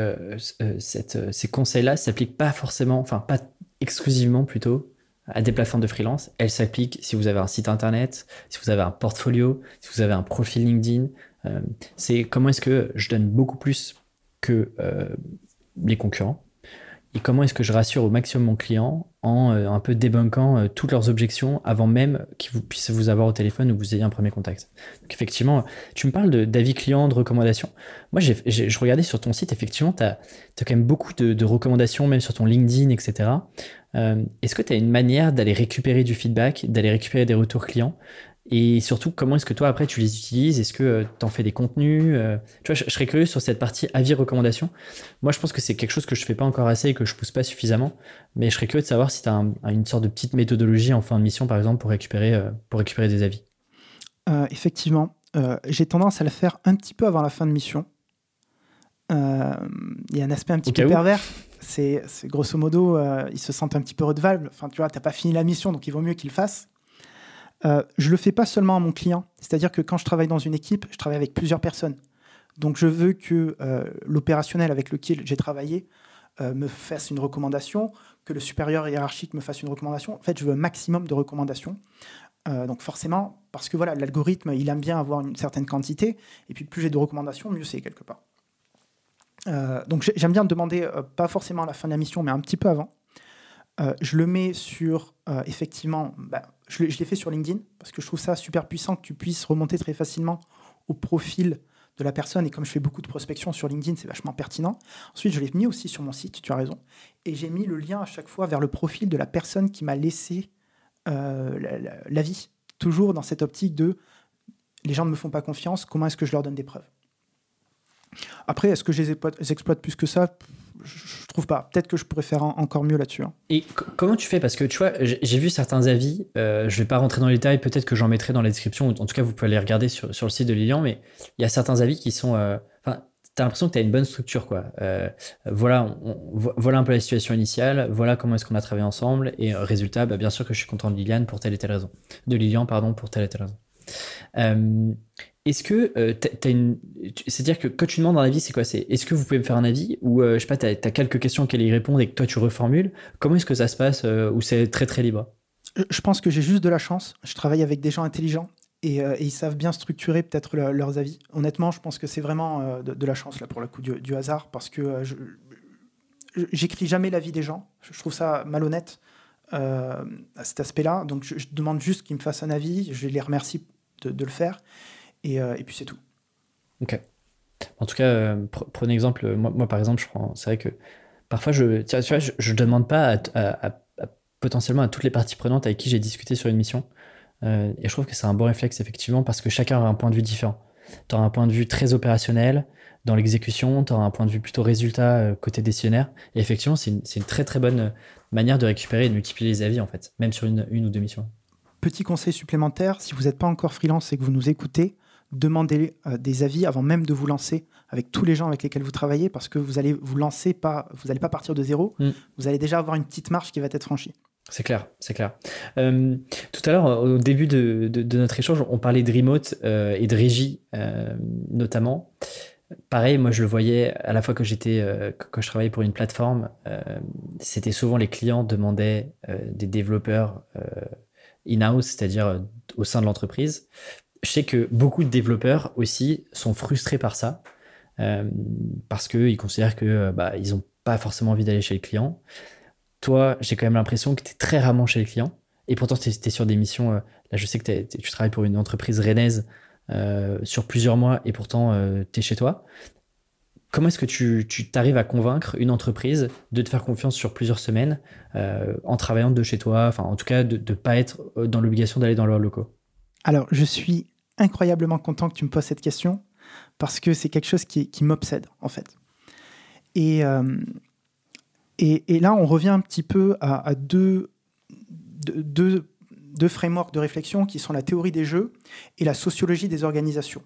ces conseils-là ne s'appliquent pas forcément, enfin pas exclusivement plutôt, à des plateformes de freelance. Elles s'appliquent si vous avez un site internet, si vous avez un portfolio, si vous avez un profil LinkedIn. C'est comment est-ce que je donne beaucoup plus que les concurrents et comment est-ce que je rassure au maximum mon client en un peu débunkant toutes leurs objections avant même qu'ils puissent vous avoir au téléphone ou que vous ayez un premier contact. Donc effectivement, tu me parles d'avis clients, de recommandations. Moi, je regardais sur ton site, effectivement, tu as quand même beaucoup de recommandations, même sur ton LinkedIn, etc. Est-ce que tu as une manière d'aller récupérer du feedback, d'aller récupérer des retours clients? Et surtout, comment est-ce que toi, après, tu les utilises? Est-ce que tu en fais des contenus? Tu vois, je serais curieux sur cette partie avis recommandation. Moi, je pense que c'est quelque chose que je fais pas encore assez et que je pousse pas suffisamment. Mais je serais curieux de savoir si tu as une sorte de petite méthodologie en fin de mission, par exemple, pour récupérer des avis. Effectivement, j'ai tendance à le faire un petit peu avant la fin de mission. Il y a un aspect un petit peu pervers. C'est grosso modo, ils se sentent un petit peu redevables. Enfin, tu vois, t'as pas fini la mission, donc il vaut mieux qu'ils le fassent. Je le fais pas seulement à mon client. C'est-à-dire que quand je travaille dans une équipe, je travaille avec plusieurs personnes. Donc je veux que l'opérationnel avec lequel j'ai travaillé me fasse une recommandation, que le supérieur hiérarchique me fasse une recommandation. En fait, je veux un maximum de recommandations. Donc forcément, parce que voilà, l'algorithme, il aime bien avoir une certaine quantité. Et puis plus j'ai de recommandations, mieux c'est quelque part. Donc j'aime bien demander, pas forcément à la fin de la mission, mais un petit peu avant. Je le mets sur, effectivement, je l'ai fait sur LinkedIn, parce que je trouve ça super puissant que tu puisses remonter très facilement au profil de la personne. Et comme je fais beaucoup de prospection sur LinkedIn, c'est vachement pertinent. Ensuite, je l'ai mis aussi sur mon site, tu as raison. Et j'ai mis le lien à chaque fois vers le profil de la personne qui m'a laissé l'avis. Toujours dans cette optique de les gens ne me font pas confiance, comment est-ce que je leur donne des preuves? Après, est-ce que je les exploite plus que ça? Je trouve pas. Peut-être que je pourrais faire encore mieux là-dessus. Et comment tu fais? Parce que tu vois, j'ai vu certains avis, je vais pas rentrer dans les détails, peut-être que j'en mettrai dans la description, en tout cas vous pouvez aller regarder sur le site de Lilian, mais il y a certains avis qui sont... t'as l'impression que t'as une bonne structure, quoi. Voilà un peu la situation initiale, voilà comment est-ce qu'on a travaillé ensemble, et résultat, bien sûr que je suis content de Lilian pour telle et telle raison. De Lilian, pardon, pour telle et telle raison. Est-ce que c'est-à-dire que quand tu demandes un avis, c'est quoi? Est-ce que vous pouvez me faire un avis ou je sais pas, t'as quelques questions auxquelles ils répondent et que toi tu reformules? Comment est-ce que ça se passe ou c'est très très libre? Je pense que j'ai juste de la chance. Je travaille avec des gens intelligents et ils savent bien structurer peut-être leurs avis. Honnêtement, je pense que c'est vraiment de la chance là pour le coup du hasard parce que j'écris jamais l'avis des gens. Je trouve ça malhonnête à cet aspect-là. Donc je demande juste qu'ils me fassent un avis. Je les remercie de le faire. Et puis c'est tout. Ok. En tout cas, prenez exemple. Moi, par exemple, c'est vrai que parfois, tu vois, je demande pas à potentiellement à toutes les parties prenantes avec qui j'ai discuté sur une mission. Et je trouve que c'est un bon réflexe, effectivement, parce que chacun a un point de vue différent. Tu auras un point de vue très opérationnel dans l'exécution, tu auras un point de vue plutôt résultat côté décisionnaire. Et effectivement, c'est une très très bonne manière de récupérer et de multiplier les avis, en fait, même sur une ou deux missions. Petit conseil supplémentaire, si vous n'êtes pas encore freelance et que vous nous écoutez, demandez des avis avant même de vous lancer avec tous les gens avec lesquels vous travaillez parce que vous allez vous lancer vous n'allez pas partir de zéro, vous allez déjà avoir une petite marche qui va être franchie. C'est clair, c'est clair. Tout à l'heure, au début de notre échange, on parlait de remote et de régie notamment. Pareil, moi je le voyais à la fois que quand je travaillais pour une plateforme, c'était souvent les clients demandaient des développeurs in-house, c'est-à-dire au sein de l'entreprise. Je sais que beaucoup de développeurs aussi sont frustrés par ça parce qu'ils considèrent que ils n'ont pas forcément envie d'aller chez le client. Toi, j'ai quand même l'impression que tu es très rarement chez le client et pourtant tu es sur des missions. Là, je sais que tu travailles pour une entreprise rennaise sur plusieurs mois et pourtant tu es chez toi. Comment est-ce que tu t'arrives à convaincre une entreprise de te faire confiance sur plusieurs semaines en travaillant de chez toi, enfin en tout cas de ne pas être dans l'obligation d'aller dans leurs locaux? Alors, je suis incroyablement content que tu me poses cette question parce que c'est quelque chose qui m'obsède, en fait. Et là, on revient un petit peu à deux frameworks de réflexion qui sont la théorie des jeux et la sociologie des organisations.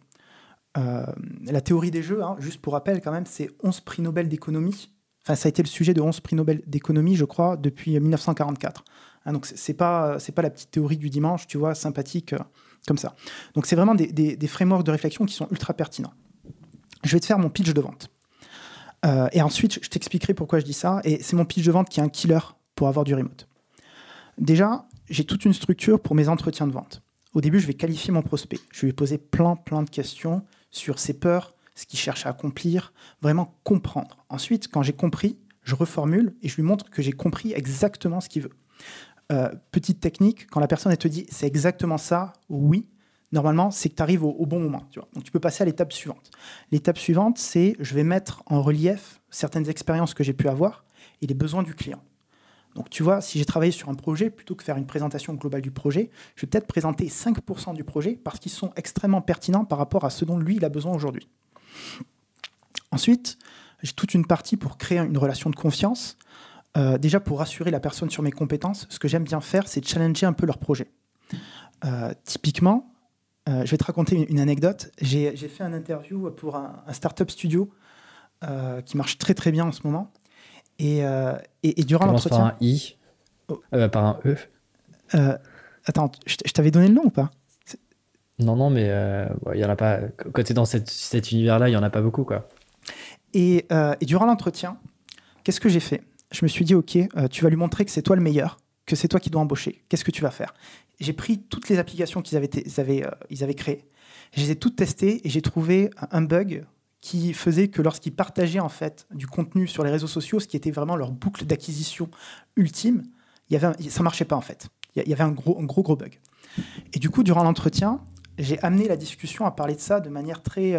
La théorie des jeux, juste pour rappel quand même, c'est 11 prix Nobel d'économie. Enfin, ça a été le sujet de 11 prix Nobel d'économie, je crois, depuis 1944. Donc, c'est pas la petite théorie du dimanche, tu vois, sympathique comme ça. Donc, c'est vraiment des frameworks de réflexion qui sont ultra pertinents. Je vais te faire mon pitch de vente. Et ensuite, je t'expliquerai pourquoi je dis ça. Et c'est mon pitch de vente qui est un killer pour avoir du remote. Déjà, j'ai toute une structure pour mes entretiens de vente. Au début, je vais qualifier mon prospect. Je vais lui poser plein de questions sur ses peurs, ce qu'il cherche à accomplir, vraiment comprendre. Ensuite, quand j'ai compris, je reformule et je lui montre que j'ai compris exactement ce qu'il veut. Petite technique, quand la personne elle te dit « c'est exactement ça », oui, normalement, c'est que tu arrives au bon moment. Tu vois. Donc, tu peux passer à l'étape suivante. L'étape suivante, c'est je vais mettre en relief certaines expériences que j'ai pu avoir et les besoins du client. Donc, tu vois, si j'ai travaillé sur un projet, plutôt que faire une présentation globale du projet, je vais peut-être présenter 5% du projet parce qu'ils sont extrêmement pertinents par rapport à ce dont lui, il a besoin aujourd'hui. Ensuite, j'ai toute une partie pour créer une relation de confiance. Déjà, pour rassurer la personne sur mes compétences, ce que j'aime bien faire, c'est challenger un peu leur projet. Typiquement, je vais te raconter une anecdote. J'ai fait un interview pour un startup studio qui marche très très bien en ce moment. Et durant l'entretien... Par un I, par un E. Attends, je t'avais donné le nom ou pas? Non, mais il y en a pas. Quand tu es dans cet univers-là, il n'y en a pas beaucoup, quoi. Et durant l'entretien, qu'est-ce que j'ai fait? Je me suis dit, OK, tu vas lui montrer que c'est toi le meilleur, que c'est toi qui dois embaucher. Qu'est-ce que tu vas faire? J'ai pris toutes les applications qu'ils avaient créées. Je les ai toutes testées et j'ai trouvé un bug qui faisait que lorsqu'ils partageaient en fait du contenu sur les réseaux sociaux, ce qui était vraiment leur boucle d'acquisition ultime, ça ne marchait pas en fait. Il y avait un gros bug. Et du coup, durant l'entretien, j'ai amené la discussion à parler de ça de manière très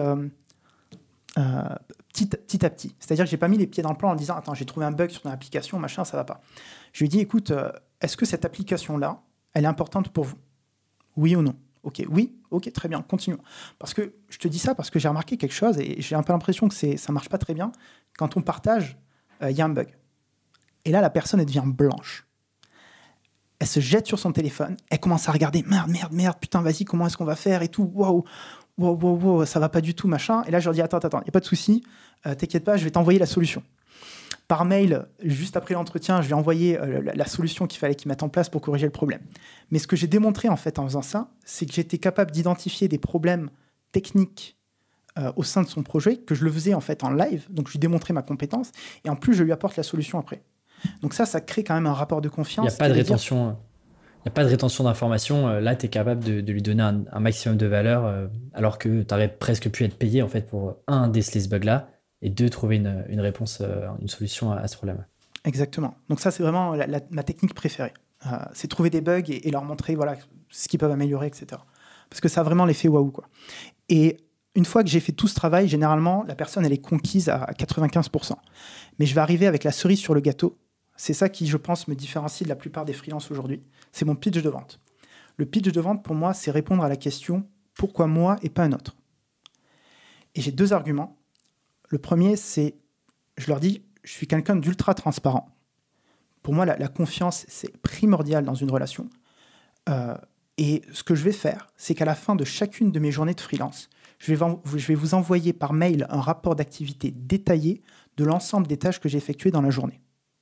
petit à petit. C'est-à-dire que je n'ai pas mis les pieds dans le plan en disant « Attends, j'ai trouvé un bug sur ton application, machin, ça ne va pas. » Je lui ai dit « Écoute, est-ce que cette application-là, elle est importante pour vous? Oui ou non? » Ok, oui, ok, très bien, continuons. Parce que je te dis ça parce que j'ai remarqué quelque chose et j'ai un peu l'impression que ça ne marche pas très bien. Quand on partage, il y a un bug. Et là, la personne, elle devient blanche. Elle se jette sur son téléphone, elle commence à regarder, merde, putain, vas-y, comment est-ce qu'on va faire et tout, waouh, ça va pas du tout, machin. Et là, je leur dis, attends, il n'y a pas de souci, t'inquiète pas, je vais t'envoyer la solution. Par mail, juste après l'entretien, je lui ai envoyé la solution qu'il fallait qu'il mette en place pour corriger le problème. Mais ce que j'ai démontré en fait en faisant ça, c'est que j'étais capable d'identifier des problèmes techniques au sein de son projet, que je le faisais en fait en live, donc je lui démontrais ma compétence, et en plus je lui apporte la solution après. Donc ça crée quand même un rapport de confiance. Il n'y a pas de rétention. Il n'y a pas de rétention d'informations. Là, tu es capable de lui donner un maximum de valeur, alors que tu aurais presque pu être payé en fait, pour, déceler ce bug-là, et deux, trouver une réponse, une solution à ce problème. Exactement. Donc ça, c'est vraiment ma technique préférée. C'est trouver des bugs et leur montrer voilà, ce qu'ils peuvent améliorer, etc. Parce que ça a vraiment l'effet waouh, quoi. Et une fois que j'ai fait tout ce travail, généralement, la personne, elle est conquise à 95%. Mais je vais arriver avec la cerise sur le gâteau. C'est ça qui, je pense, me différencie de la plupart des freelances aujourd'hui. C'est mon pitch de vente. Le pitch de vente, pour moi, c'est répondre à la question « Pourquoi moi et pas un autre ?» Et j'ai deux arguments. Le premier, c'est, je leur dis, je suis quelqu'un d'ultra transparent. Pour moi, la confiance, c'est primordial dans une relation. Et ce que je vais faire, c'est qu'à la fin de chacune de mes journées de freelance, je vais vous envoyer par mail un rapport d'activité détaillé de l'ensemble des tâches que j'ai effectuées dans la journée.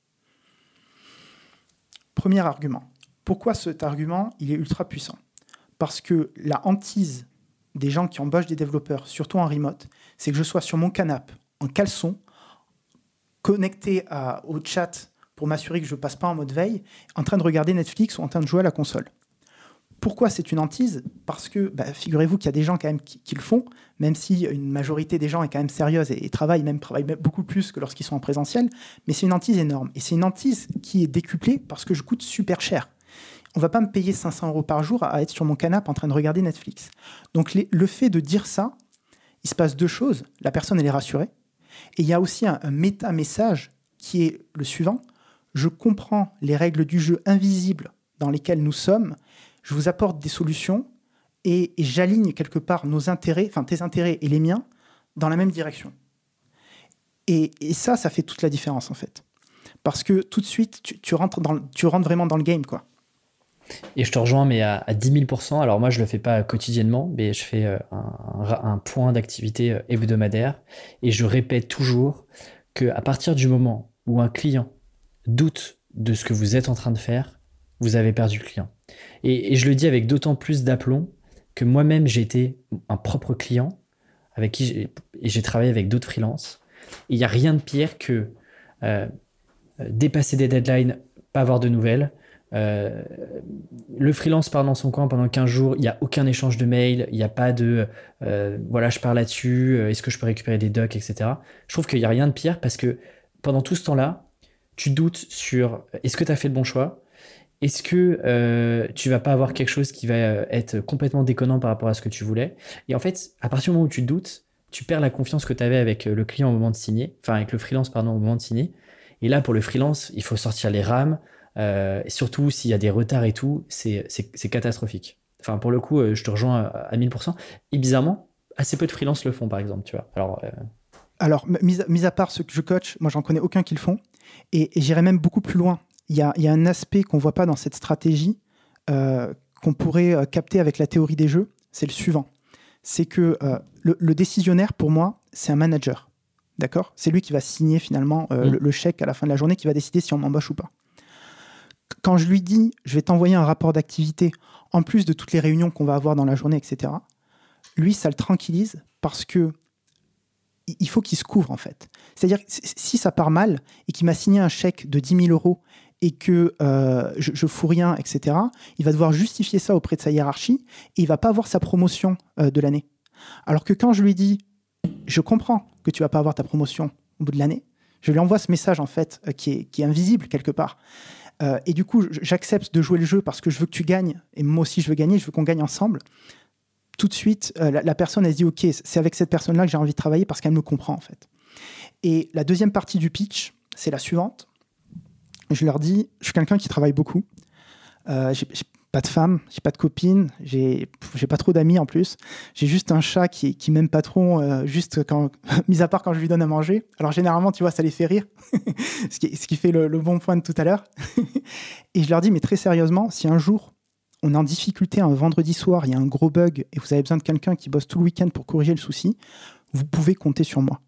Premier argument. Pourquoi cet argument, il est ultra puissant? Parce que la hantise des gens qui embauchent des développeurs, surtout en remote, c'est que je sois sur mon canapé, en caleçon, connecté au chat pour m'assurer que je ne passe pas en mode veille, en train de regarder Netflix ou en train de jouer à la console. Pourquoi c'est une hantise? Parce que, figurez-vous qu'il y a des gens quand même qui le font, même si une majorité des gens est quand même sérieuse et travaille beaucoup plus que lorsqu'ils sont en présentiel, mais c'est une hantise énorme. Et c'est une hantise qui est décuplée parce que je coûte super cher. on va pas me payer 500 € par jour à être sur mon canapé en train de regarder Netflix. Donc le fait de dire ça, il se passe deux choses. La personne, elle est rassurée. Et il y a aussi un méta-message qui est le suivant. Je comprends les règles du jeu invisibles dans lesquelles nous sommes. Je vous apporte des solutions et j'aligne quelque part nos intérêts, enfin tes intérêts et les miens, dans la même direction. Et ça fait toute la différence, en fait. Parce que tout de suite, tu rentres vraiment dans le game, quoi. Et je te rejoins, mais à 10 000%. Alors moi, je le fais pas quotidiennement, mais je fais un point d'activité hebdomadaire. Et je répète toujours qu'à partir du moment où un client doute de ce que vous êtes en train de faire, vous avez perdu le client. Et je le dis avec d'autant plus d'aplomb que moi-même, j'ai été un propre client avec qui j'ai travaillé avec d'autres freelances. Et il n'y a rien de pire que dépasser des deadlines, pas avoir de nouvelles. Le freelance part dans son coin pendant 15 jours, il n'y a aucun échange de mails, il n'y a pas de voilà, je pars là-dessus, est-ce que je peux récupérer des docs, etc. Je trouve qu'il n'y a rien de pire parce que pendant tout ce temps-là, tu doutes sur est-ce que tu as fait le bon choix, est-ce que tu vas pas avoir quelque chose qui va être complètement déconnant par rapport à ce que tu voulais. Et en fait, à partir du moment où tu doutes, tu perds la confiance que tu avais avec le client au moment de signer, enfin avec le freelance pardon, au moment de signer. Et là, pour le freelance, il faut sortir les rames. Et surtout s'il y a des retards et tout, c'est catastrophique. Enfin, pour le coup, je te rejoins à 1000%. Et bizarrement, assez peu de freelance le font, par exemple, tu vois. Alors, mis à part ceux que je coach, moi, j'en connais aucun qui le font. Et j'irais même beaucoup plus loin. Il y a un aspect qu'on ne voit pas dans cette stratégie, qu'on pourrait capter avec la théorie des jeux, c'est le suivant. C'est que le décisionnaire, pour moi, c'est un manager. D'accord ? C'est lui qui va signer finalement le chèque à la fin de la journée, qui va décider si on m'embauche ou pas. Quand je lui dis, je vais t'envoyer un rapport d'activité, en plus de toutes les réunions qu'on va avoir dans la journée, etc., lui, ça le tranquillise parce que il faut qu'il se couvre, en fait. C'est-à-dire, si ça part mal et qu'il m'a signé un chèque de 10 000 € et que je fous rien, etc., il va devoir justifier ça auprès de sa hiérarchie et il va pas avoir sa promotion de l'année. Alors que quand je lui dis, je comprends que tu vas pas avoir ta promotion au bout de l'année, je lui envoie ce message, en fait, qui est invisible quelque part. Et du coup, j'accepte de jouer le jeu parce que je veux que tu gagnes et moi aussi je veux gagner, je veux qu'on gagne ensemble. Tout de suite, la personne, elle se dit ok, c'est avec cette personne-là que j'ai envie de travailler parce qu'elle me comprend, en fait. Et la deuxième partie du pitch, c'est la suivante. Je leur dis, je suis quelqu'un qui travaille beaucoup. J'ai pas de femme, j'ai pas de copine, j'ai pas trop d'amis en plus. J'ai juste un chat qui m'aime pas trop, juste quand, mis à part quand je lui donne à manger. Alors généralement, tu vois, ça les fait rire, ce qui fait le bon point de tout à l'heure. Et je leur dis, mais très sérieusement, si un jour on est en difficulté un vendredi soir, il y a un gros bug et vous avez besoin de quelqu'un qui bosse tout le week-end pour corriger le souci, vous pouvez compter sur moi.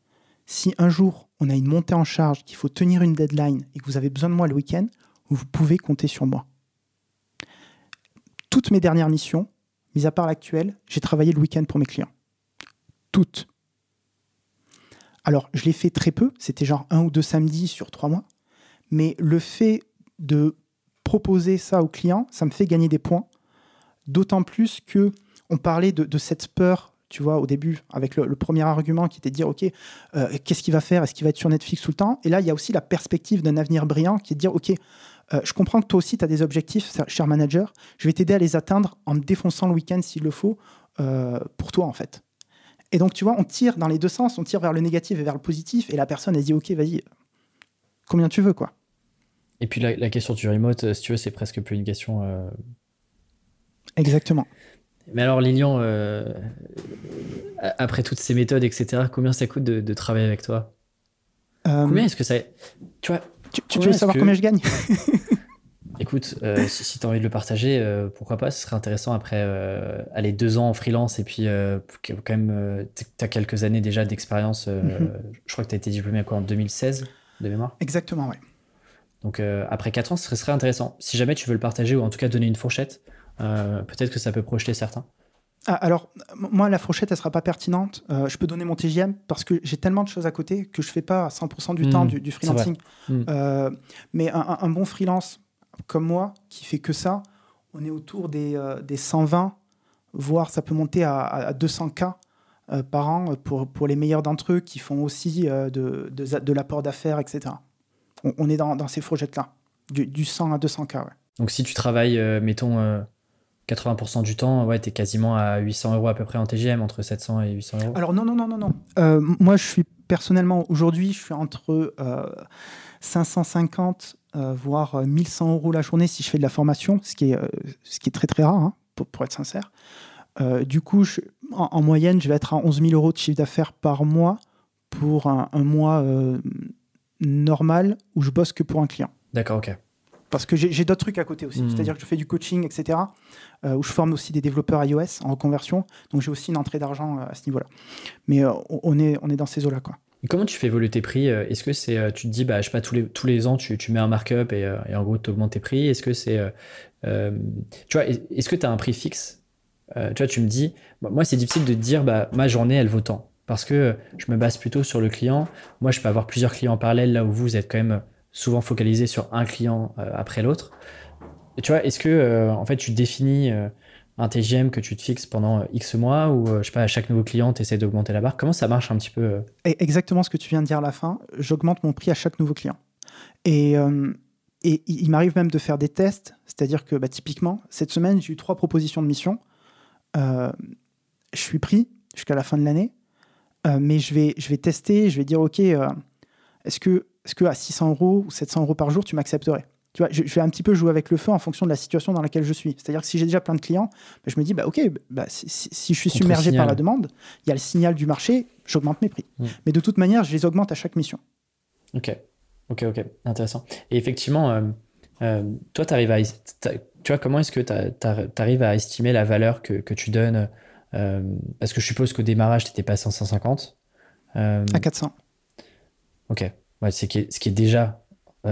Si un jour on a une montée en charge, qu'il faut tenir une deadline et que vous avez besoin de moi le week-end, vous pouvez compter sur moi. Toutes mes dernières missions, mis à part l'actuelle, j'ai travaillé le week-end pour mes clients. Toutes. Alors, je l'ai fait très peu, c'était genre 1 ou 2 samedis sur 3 mois, mais le fait de proposer ça aux clients, ça me fait gagner des points, d'autant plus qu'on parlait de cette peur, tu vois, au début, avec le premier argument qui était de dire, OK, qu'est-ce qu'il va faire ? Est-ce qu'il va être sur Netflix tout le temps ? Et là, il y a aussi la perspective d'un avenir brillant qui est de dire, OK, je comprends que toi aussi, tu as des objectifs, cher manager. Je vais t'aider à les atteindre en me défonçant le week-end s'il le faut, pour toi, en fait. Et donc, tu vois, on tire dans les deux sens. On tire vers le négatif et vers le positif. Et la personne, elle dit, OK, vas-y, combien tu veux, quoi. Et puis, la question du remote, si tu veux, c'est presque plus une question... Exactement. Mais alors, Lilian, après toutes ces méthodes, etc., combien ça coûte de travailler avec toi ? Combien est-ce que ça... Tu vois, tu veux savoir combien je gagne ? Écoute, si tu as envie de le partager, pourquoi pas, ce serait intéressant après aller 2 ans en freelance et puis quand même, tu as quelques années déjà d'expérience. Je crois que tu as été diplômé en 2016 de mémoire. Exactement, oui. Donc après 4 ans, ce serait intéressant. Si jamais tu veux le partager ou en tout cas donner une fourchette, peut-être que ça peut projeter certains. Alors, moi, la fourchette, elle ne sera pas pertinente. Je peux donner mon TJM parce que j'ai tellement de choses à côté que je ne fais pas à 100% du temps du freelancing. Mais un bon freelance comme moi, qui fait que ça, on est autour des 120, voire ça peut monter à 200K par an pour les meilleurs d'entre eux qui font aussi de l'apport d'affaires, etc. On est dans ces fourchettes-là, du 100 à 200K, ouais. Donc si tu travailles, mettons, 80% du temps, ouais, t'es quasiment à 800 € à peu près en TGM, entre 700 et 800 €. Alors non. Moi, je suis personnellement, aujourd'hui, je suis entre 550 voire 1100 € la journée si je fais de la formation, ce qui est très très rare, hein, pour être sincère. Du coup, en moyenne, je vais être à 11 000 € de chiffre d'affaires par mois pour un mois normal où je bosse que pour un client. D'accord, ok. Parce que j'ai d'autres trucs à côté aussi. C'est-à-dire que je fais du coaching, etc., où je forme aussi des développeurs iOS en reconversion. Donc, j'ai aussi une entrée d'argent à ce niveau-là. Mais on est dans ces eaux-là, quoi. Et comment tu fais évoluer tes prix? Est-ce que c'est, tu te dis, je sais pas, tous les ans, tu mets un markup et en gros, tu augmentes tes prix? Est-ce que c'est, tu vois, est-ce que tu as un prix fixe? Tu vois, tu me dis, moi, c'est difficile de te dire, ma journée, elle vaut tant. Parce que je me base plutôt sur le client. Moi, je peux avoir plusieurs clients en parallèle, là où vous êtes quand même souvent focalisé sur un client après l'autre. Et tu vois, est-ce que en fait tu définis un TGM que tu te fixes pendant X mois ou je sais pas, à chaque nouveau client tu essaies d'augmenter la barre? Comment ça marche un petit peu? Exactement ce que tu viens de dire à la fin. J'augmente mon prix à chaque nouveau client. Et il m'arrive même de faire des tests. C'est-à-dire que typiquement, cette semaine, j'ai eu 3 propositions de mission. Je suis pris jusqu'à la fin de l'année. Mais je vais tester, je vais dire, OK, est-ce que à 600 € ou 700 € par jour, tu m'accepterais? Tu vois, je vais un petit peu jouer avec le feu en fonction de la situation dans laquelle je suis. C'est-à-dire que si j'ai déjà plein de clients, je me dis, OK, si je suis submergé par la demande, il y a le signal du marché, j'augmente mes prix. Mais de toute manière, je les augmente à chaque mission. Ok, intéressant. Et effectivement, toi, tu vois, comment est-ce que tu arrives à estimer la valeur que tu donnes? Parce que je suppose qu'au démarrage, tu n'étais pas à 150. À 400. Ok, ouais, ce qui est déjà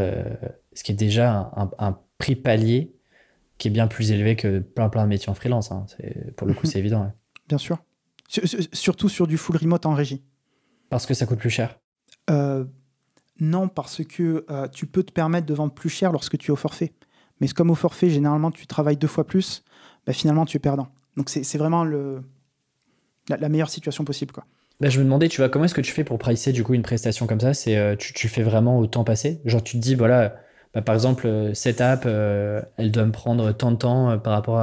un prix palier qui est bien plus élevé que plein de métiers en freelance. Hein. Pour le coup, c'est évident. Ouais. Bien sûr. Surtout sur du full remote en régie. Parce que ça coûte plus cher? Non, parce que tu peux te permettre de vendre plus cher lorsque tu es au forfait. Mais comme au forfait, généralement, tu travailles 2 fois plus, finalement, tu es perdant. Donc, c'est vraiment la meilleure situation possible, quoi. Je me demandais, tu vois, comment est-ce que tu fais pour pricer du coup une prestation comme ça? Tu fais vraiment au temps passé? Genre, tu te dis, voilà, par exemple, cette app, elle doit me prendre tant de temps par rapport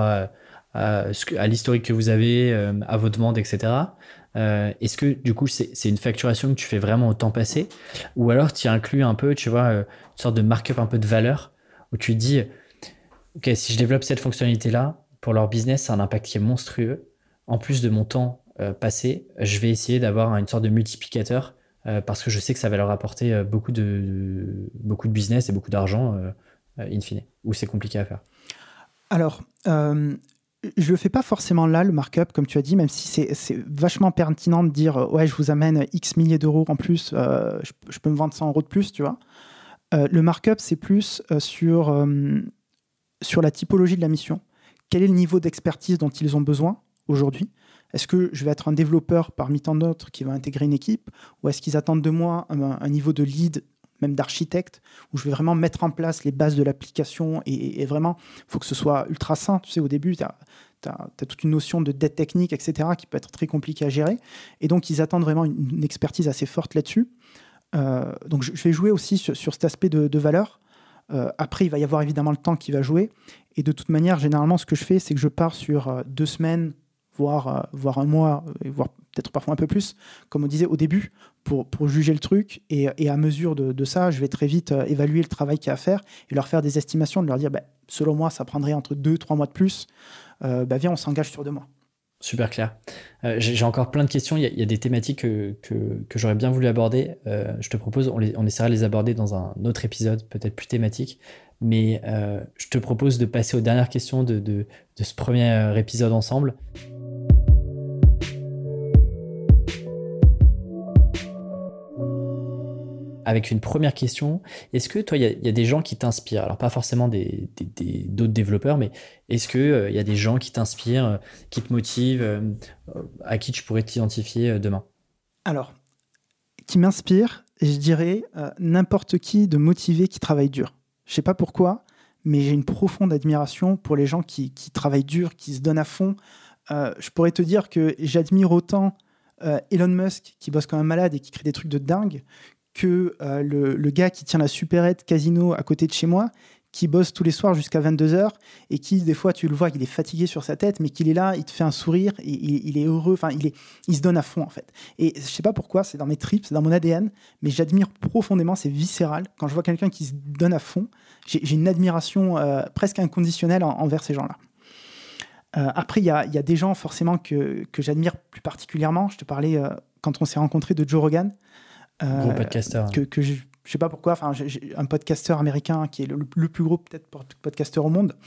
à l'historique que vous avez, à vos demandes, etc. Est-ce que du coup, c'est une facturation que tu fais vraiment au temps passé? Ou alors, tu inclus un peu, tu vois, une sorte de markup un peu de valeur où tu te dis, OK, si je développe cette fonctionnalité-là, pour leur business, c'est un impact qui est monstrueux. En plus de mon temps passé, je vais essayer d'avoir une sorte de multiplicateur parce que je sais que ça va leur apporter beaucoup de business et beaucoup d'argent in fine, ou c'est compliqué à faire. Alors, je le fais pas forcément là, le markup, comme tu as dit, même si c'est vachement pertinent de dire ouais, je vous amène X milliers d'euros en plus, je peux me vendre 100 € de plus, tu vois. Le markup, c'est plus sur la typologie de la mission. Quel est le niveau d'expertise dont ils ont besoin aujourd'hui? Est-ce que je vais être un développeur parmi tant d'autres qui va intégrer une équipe? Ou est-ce qu'ils attendent de moi un niveau de lead, même d'architecte, où je vais vraiment mettre en place les bases de l'application et vraiment, il faut que ce soit ultra sain. Tu sais, au début, tu as toute une notion de dette technique, etc., qui peut être très compliquée à gérer. Et donc, ils attendent vraiment une expertise assez forte là-dessus. Donc, je vais jouer aussi sur cet aspect de valeur. Après, il va y avoir évidemment le temps qui va jouer. Et de toute manière, généralement, ce que je fais, c'est que je pars sur 2 semaines, voire un mois, voire peut-être parfois un peu plus, comme on disait au début, pour juger le truc. Et à mesure de ça, je vais très vite évaluer le travail qu'il y a à faire et leur faire des estimations, de leur dire, selon moi, ça prendrait entre 2-3 mois de plus. Viens, on s'engage sur 2 mois. Super clair. J'ai encore plein de questions. Il y a des thématiques que j'aurais bien voulu aborder. Je te propose, on essaiera de les aborder dans un autre épisode, peut-être plus thématique. Mais je te propose de passer aux dernières questions de ce premier épisode ensemble. Avec une première question, est-ce que toi, il y a des gens qui t'inspirent? Alors, pas forcément d'autres développeurs, mais est-ce qu'il y a des gens qui t'inspirent, qui te motivent, à qui tu pourrais t'identifier demain? Alors, qui m'inspire, je dirais n'importe qui de motivé qui travaille dur. Je ne sais pas pourquoi, mais j'ai une profonde admiration pour les gens qui travaillent dur, qui se donnent à fond. Je pourrais te dire que j'admire autant Elon Musk, qui bosse comme un malade et qui crée des trucs de dingue, que le gars qui tient la supérette casino à côté de chez moi, qui bosse tous les soirs jusqu'à 22h et qui, des fois, tu le vois qu'il est fatigué sur sa tête, mais qu'il est là, il te fait un sourire, il est heureux, enfin, il se donne à fond, en fait. Et je sais pas pourquoi, c'est dans mes tripes, c'est dans mon ADN, mais j'admire profondément, c'est viscéral. Quand je vois quelqu'un qui se donne à fond, j'ai une admiration presque inconditionnelle envers ces gens-là. Après, il y a des gens forcément que j'admire plus particulièrement. Je te parlais, quand on s'est rencontrés, de Joe Rogan. Gros podcasteur. Que je sais pas pourquoi, j'ai un podcasteur américain qui est le plus gros peut-être podcasteur au monde,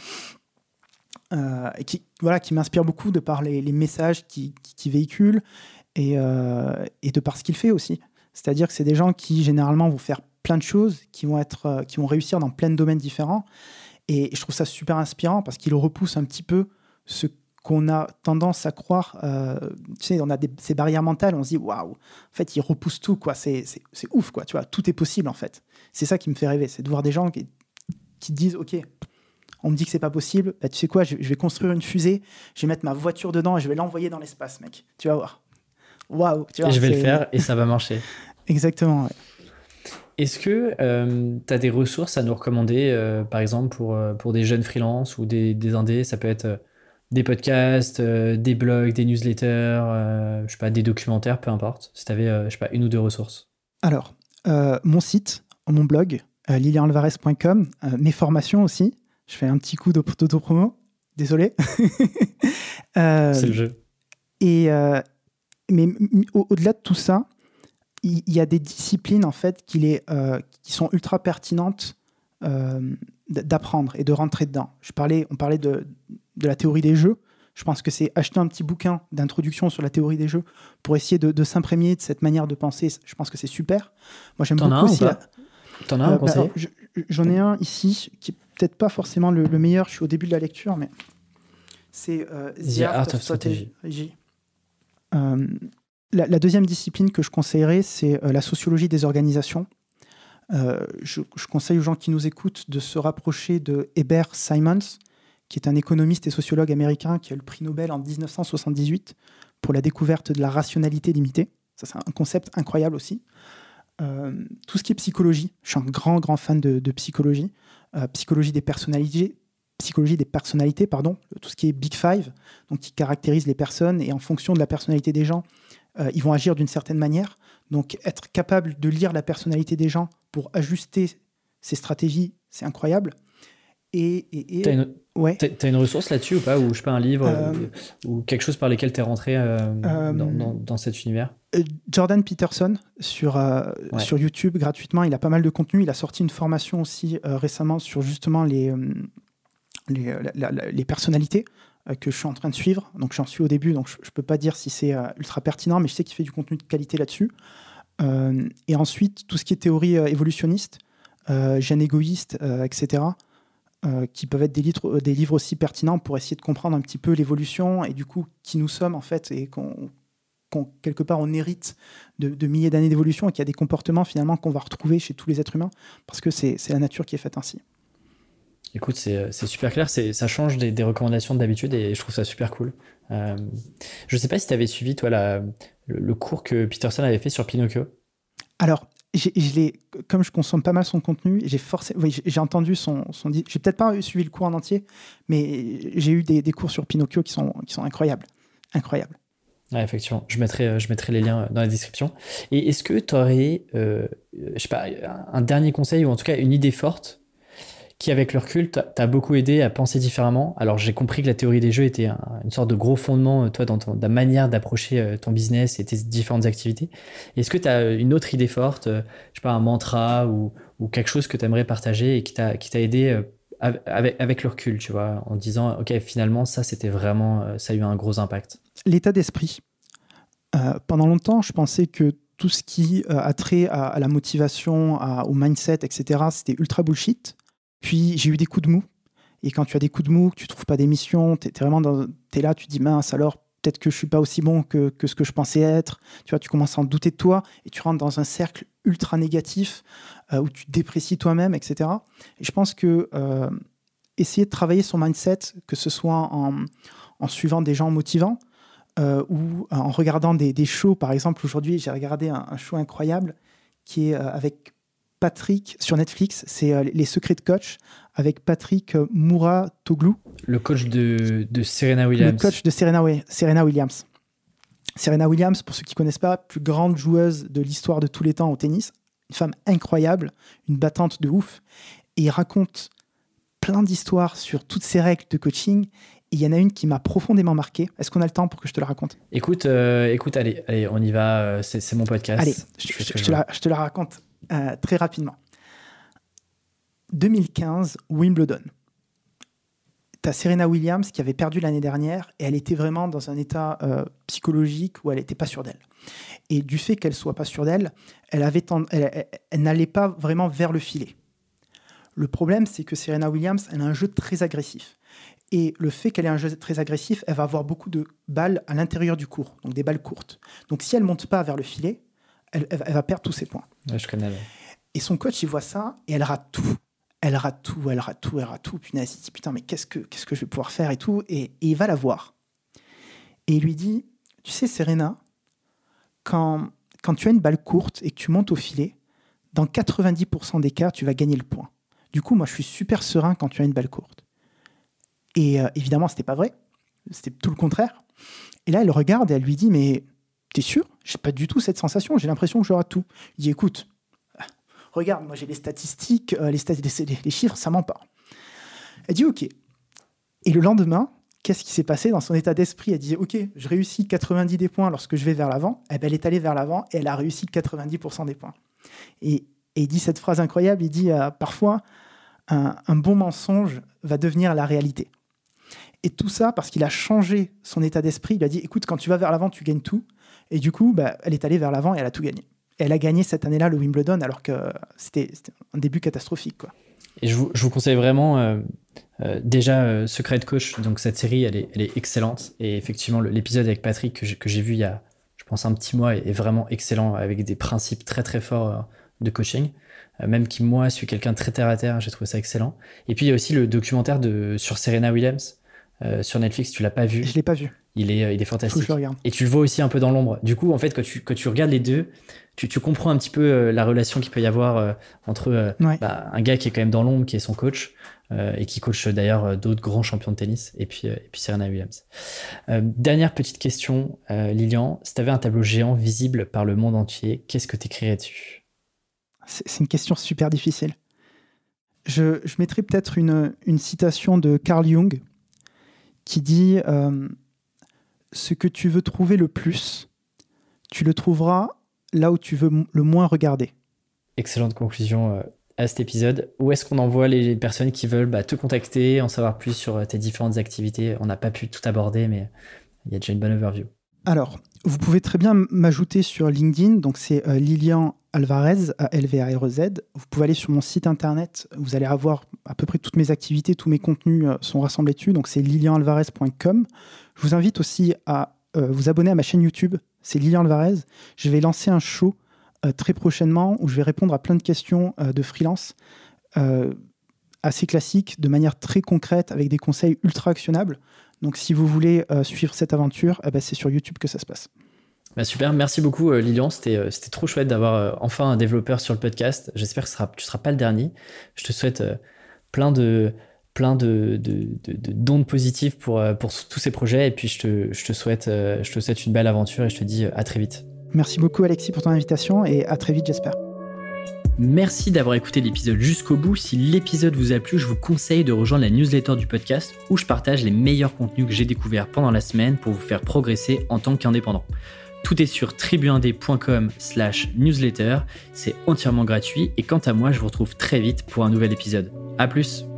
et qui m'inspire beaucoup de par les messages qu'il véhicule et de par ce qu'il fait aussi. C'est-à-dire que c'est des gens qui généralement vont faire plein de choses, qui vont réussir dans plein de domaines différents. Et je trouve ça super inspirant parce qu'il repousse un petit peu ce qu'on a tendance à croire. Tu sais, on a ces barrières mentales, on se dit waouh, en fait, il repousse tout, quoi. C'est ouf, quoi. Tu vois, tout est possible, en fait. C'est ça qui me fait rêver, c'est de voir des gens qui disent ok, on me dit que c'est pas possible, bah, tu sais quoi, je vais construire une fusée, je vais mettre ma voiture dedans et je vais l'envoyer dans l'espace, mec. Tu vas voir. Waouh. Et je vais le faire et ça va marcher. Exactement, ouais. Est-ce que tu as des ressources à nous recommander, par exemple, pour des jeunes freelances ou des indés? Ça peut être des podcasts, des blogs, des newsletters, je sais pas, des documentaires, peu importe. Si tu avais, je sais pas, une ou deux ressources. Alors, mon site, mon blog, lilianalvarez.com, mes formations aussi. Je fais un petit coup d'auto-promo. Désolé. C'est le jeu. Mais au-delà de tout ça, il y a des disciplines en fait qui sont ultra pertinentes d'apprendre et de rentrer dedans. On parlait de la théorie des jeux. Je pense que c'est acheter un petit bouquin d'introduction sur la théorie des jeux pour essayer de s'imprégner de cette manière de penser. Je pense que c'est super. Moi, j'aime beaucoup aussi. T'en as un conseil? J'en ai un ici qui est peut-être pas forcément le meilleur. Je suis au début de la lecture, mais c'est The Art of Strategy. La deuxième discipline que je conseillerais, c'est la sociologie des organisations. Je conseille aux gens qui nous écoutent de se rapprocher de Herbert Simons, qui est un économiste et sociologue américain qui a eu le prix Nobel en 1978 pour la découverte de la rationalité limitée. Ça, c'est un concept incroyable aussi. Tout ce qui est psychologie, je suis un grand fan de psychologie. Psychologie des personnalités, tout ce qui est Big Five, donc qui caractérise les personnes, et en fonction de la personnalité des gens, ils vont agir d'une certaine manière. Donc être capable de lire la personnalité des gens pour ajuster ses stratégies, c'est incroyable. T'as une ressource là-dessus ou pas? Ou je sais pas, un livre ou quelque chose par lequel t'es rentré dans cet univers? Jordan Peterson sur YouTube gratuitement, il a pas mal de contenu. Il a sorti une formation aussi récemment sur justement les personnalités que je suis en train de suivre. Donc j'en suis au début, donc je peux pas dire si c'est ultra pertinent, mais je sais qu'il fait du contenu de qualité là-dessus. Et ensuite, tout ce qui est théorie évolutionniste, gène égoïste, etc., qui peuvent être des livres aussi pertinents pour essayer de comprendre un petit peu l'évolution et du coup qui nous sommes en fait, et qu'on quelque part on hérite de milliers d'années d'évolution et qu'il y a des comportements finalement qu'on va retrouver chez tous les êtres humains parce que c'est la nature qui est faite ainsi. Écoute, c'est super clair, ça change des recommandations d'habitude et je trouve ça super cool. Je sais pas si tu avais suivi toi le cours que Peterson avait fait sur Pinocchio. Alors, comme je consomme pas mal son contenu, j'ai entendu j'ai peut-être pas suivi le cours en entier, mais j'ai eu des cours sur Pinocchio qui sont incroyables. Ouais, effectivement, je mettrai les liens dans la description. Et est-ce que tu aurais, je sais pas, un dernier conseil ou en tout cas une idée forte qui, avec le recul, t'a beaucoup aidé à penser différemment? Alors, j'ai compris que la théorie des jeux était une sorte de gros fondement, toi, dans ta manière d'approcher ton business et tes différentes activités. Est-ce que tu as une autre idée forte, je sais pas, un mantra ou quelque chose que tu aimerais partager et qui t'a aidé avec le recul, tu vois, en disant, OK, finalement, ça, c'était vraiment, ça a eu un gros impact? L'état d'esprit. Pendant longtemps, je pensais que tout ce qui a trait à la motivation, au mindset, etc., c'était ultra bullshit. Puis j'ai eu des coups de mou. Et quand tu as des coups de mou, que tu ne trouves pas d'émission, tu es là, tu te dis mince, alors peut-être que je ne suis pas aussi bon que ce que je pensais être. Tu vois, tu commences à en douter de toi et tu rentres dans un cercle ultra négatif où tu te déprécies toi-même, etc. Et je pense que essayer de travailler son mindset, que ce soit en suivant des gens motivants ou en regardant des shows. Par exemple, aujourd'hui, j'ai regardé un show incroyable qui est avec Patrick, sur Netflix, c'est Les Secrets de Coach avec Patrick Mouratoglou. Le coach de Serena Williams. Le coach de Serena Williams. Serena Williams, pour ceux qui ne connaissent pas, plus grande joueuse de l'histoire de tous les temps au tennis. Une femme incroyable, une battante de ouf. Et il raconte plein d'histoires sur toutes ces règles de coaching. Et il y en a une qui m'a profondément marqué. Est-ce qu'on a le temps pour que je te la raconte ? Écoute, allez, on y va. C'est mon podcast. Allez, je te la raconte très rapidement. 2015, Wimbledon. Tu as Serena Williams qui avait perdu l'année dernière et elle était vraiment dans un état psychologique où elle n'était pas sûre d'elle. Et du fait qu'elle ne soit pas sûre d'elle, elle n'allait pas vraiment vers le filet. Le problème, c'est que Serena Williams, elle a un jeu très agressif. Et le fait qu'elle ait un jeu très agressif, elle va avoir beaucoup de balles à l'intérieur du court, donc des balles courtes. Donc si elle ne monte pas vers le filet, elle va perdre tous ses points. Ouais, je connais. Ouais. Et son coach, il voit ça et elle rate tout. Elle rate tout. Punaise, il dit, putain, mais qu'est-ce que je vais pouvoir faire et tout. Et il va la voir. Et il lui dit, tu sais, Serena, quand tu as une balle courte et que tu montes au filet, dans 90% des cas, tu vas gagner le point. Du coup, moi, je suis super serein quand tu as une balle courte. Et évidemment, ce n'était pas vrai. C'était tout le contraire. Et là, elle regarde et elle lui dit, mais t'es sûr ? Je n'ai pas du tout cette sensation. J'ai l'impression que je rate tout. Il dit, écoute, regarde, moi j'ai les statistiques, les chiffres, ça ment pas. Elle dit ok. Et le lendemain, qu'est-ce qui s'est passé dans son état d'esprit ? Elle dit ok, je réussis 90 des points lorsque je vais vers l'avant. Eh ben, elle est allée vers l'avant et elle a réussi 90% des points. Et il dit cette phrase incroyable, il dit parfois un bon mensonge va devenir la réalité. Et tout ça parce qu'il a changé son état d'esprit. Il a dit écoute, quand tu vas vers l'avant, tu gagnes tout. Et du coup, elle est allée vers l'avant et elle a tout gagné. Elle a gagné cette année-là le Wimbledon alors que c'était un début catastrophique, quoi. Et je vous conseille vraiment déjà Secret de Coach. Donc cette série, elle est excellente. Et effectivement, l'épisode avec Patrick que j'ai vu il y a, je pense, un petit mois est vraiment excellent avec des principes très très forts de coaching. Même qui, moi, suis quelqu'un de très terre à terre, j'ai trouvé ça excellent. Et puis il y a aussi le documentaire sur Serena Williams sur Netflix. Tu l'as pas vu ? Je l'ai pas vu. Il est fantastique. Faut que je le regarde. Et tu le vois aussi un peu dans l'ombre. Du coup, en fait, quand tu regardes les deux, tu comprends un petit peu la relation qu'il peut y avoir entre un gars qui est quand même dans l'ombre, qui est son coach, et qui coach d'ailleurs d'autres grands champions de tennis, et puis Serena Williams. Dernière petite question, Lilian. Si tu avais un tableau géant visible par le monde entier, qu'est-ce que tu écrirais dessus ? C'est une question super difficile. Je mettrais peut-être une citation de Carl Jung qui dit ce que tu veux trouver le plus, tu le trouveras là où tu veux le moins regarder. Excellente conclusion à cet épisode. Où est-ce qu'on envoie les personnes qui veulent te contacter, en savoir plus sur tes différentes activités ? On n'a pas pu tout aborder, mais il y a déjà une bonne overview. Alors, vous pouvez très bien m'ajouter sur LinkedIn, donc c'est Lilian Alvarez, A-L-V-A-R-E-Z. Vous pouvez aller sur mon site internet, vous allez avoir à peu près toutes mes activités, tous mes contenus sont rassemblés dessus, donc c'est lilianalvarez.com. Je vous invite aussi à vous abonner à ma chaîne YouTube, c'est Lilian Alvarez. Je vais lancer un show très prochainement où je vais répondre à plein de questions de freelance assez classiques, de manière très concrète, avec des conseils ultra actionnables. Donc si vous voulez suivre cette aventure, c'est sur YouTube que ça se passe. Super, merci beaucoup Lilian, c'était trop chouette d'avoir enfin un développeur sur le podcast. J'espère que tu ne seras pas le dernier. Je te souhaite plein de d'ondes positives pour tous ces projets, et puis je te souhaite une belle aventure et je te dis à très vite. Merci beaucoup Alexis pour ton invitation et à très vite j'espère. Merci d'avoir écouté l'épisode jusqu'au bout. Si l'épisode vous a plu, je vous conseille de rejoindre la newsletter du podcast où je partage les meilleurs contenus que j'ai découverts pendant la semaine pour vous faire progresser en tant qu'indépendant. Tout est sur tribuindé.com/newsletter, c'est entièrement gratuit et quant à moi, je vous retrouve très vite pour un nouvel épisode. À plus!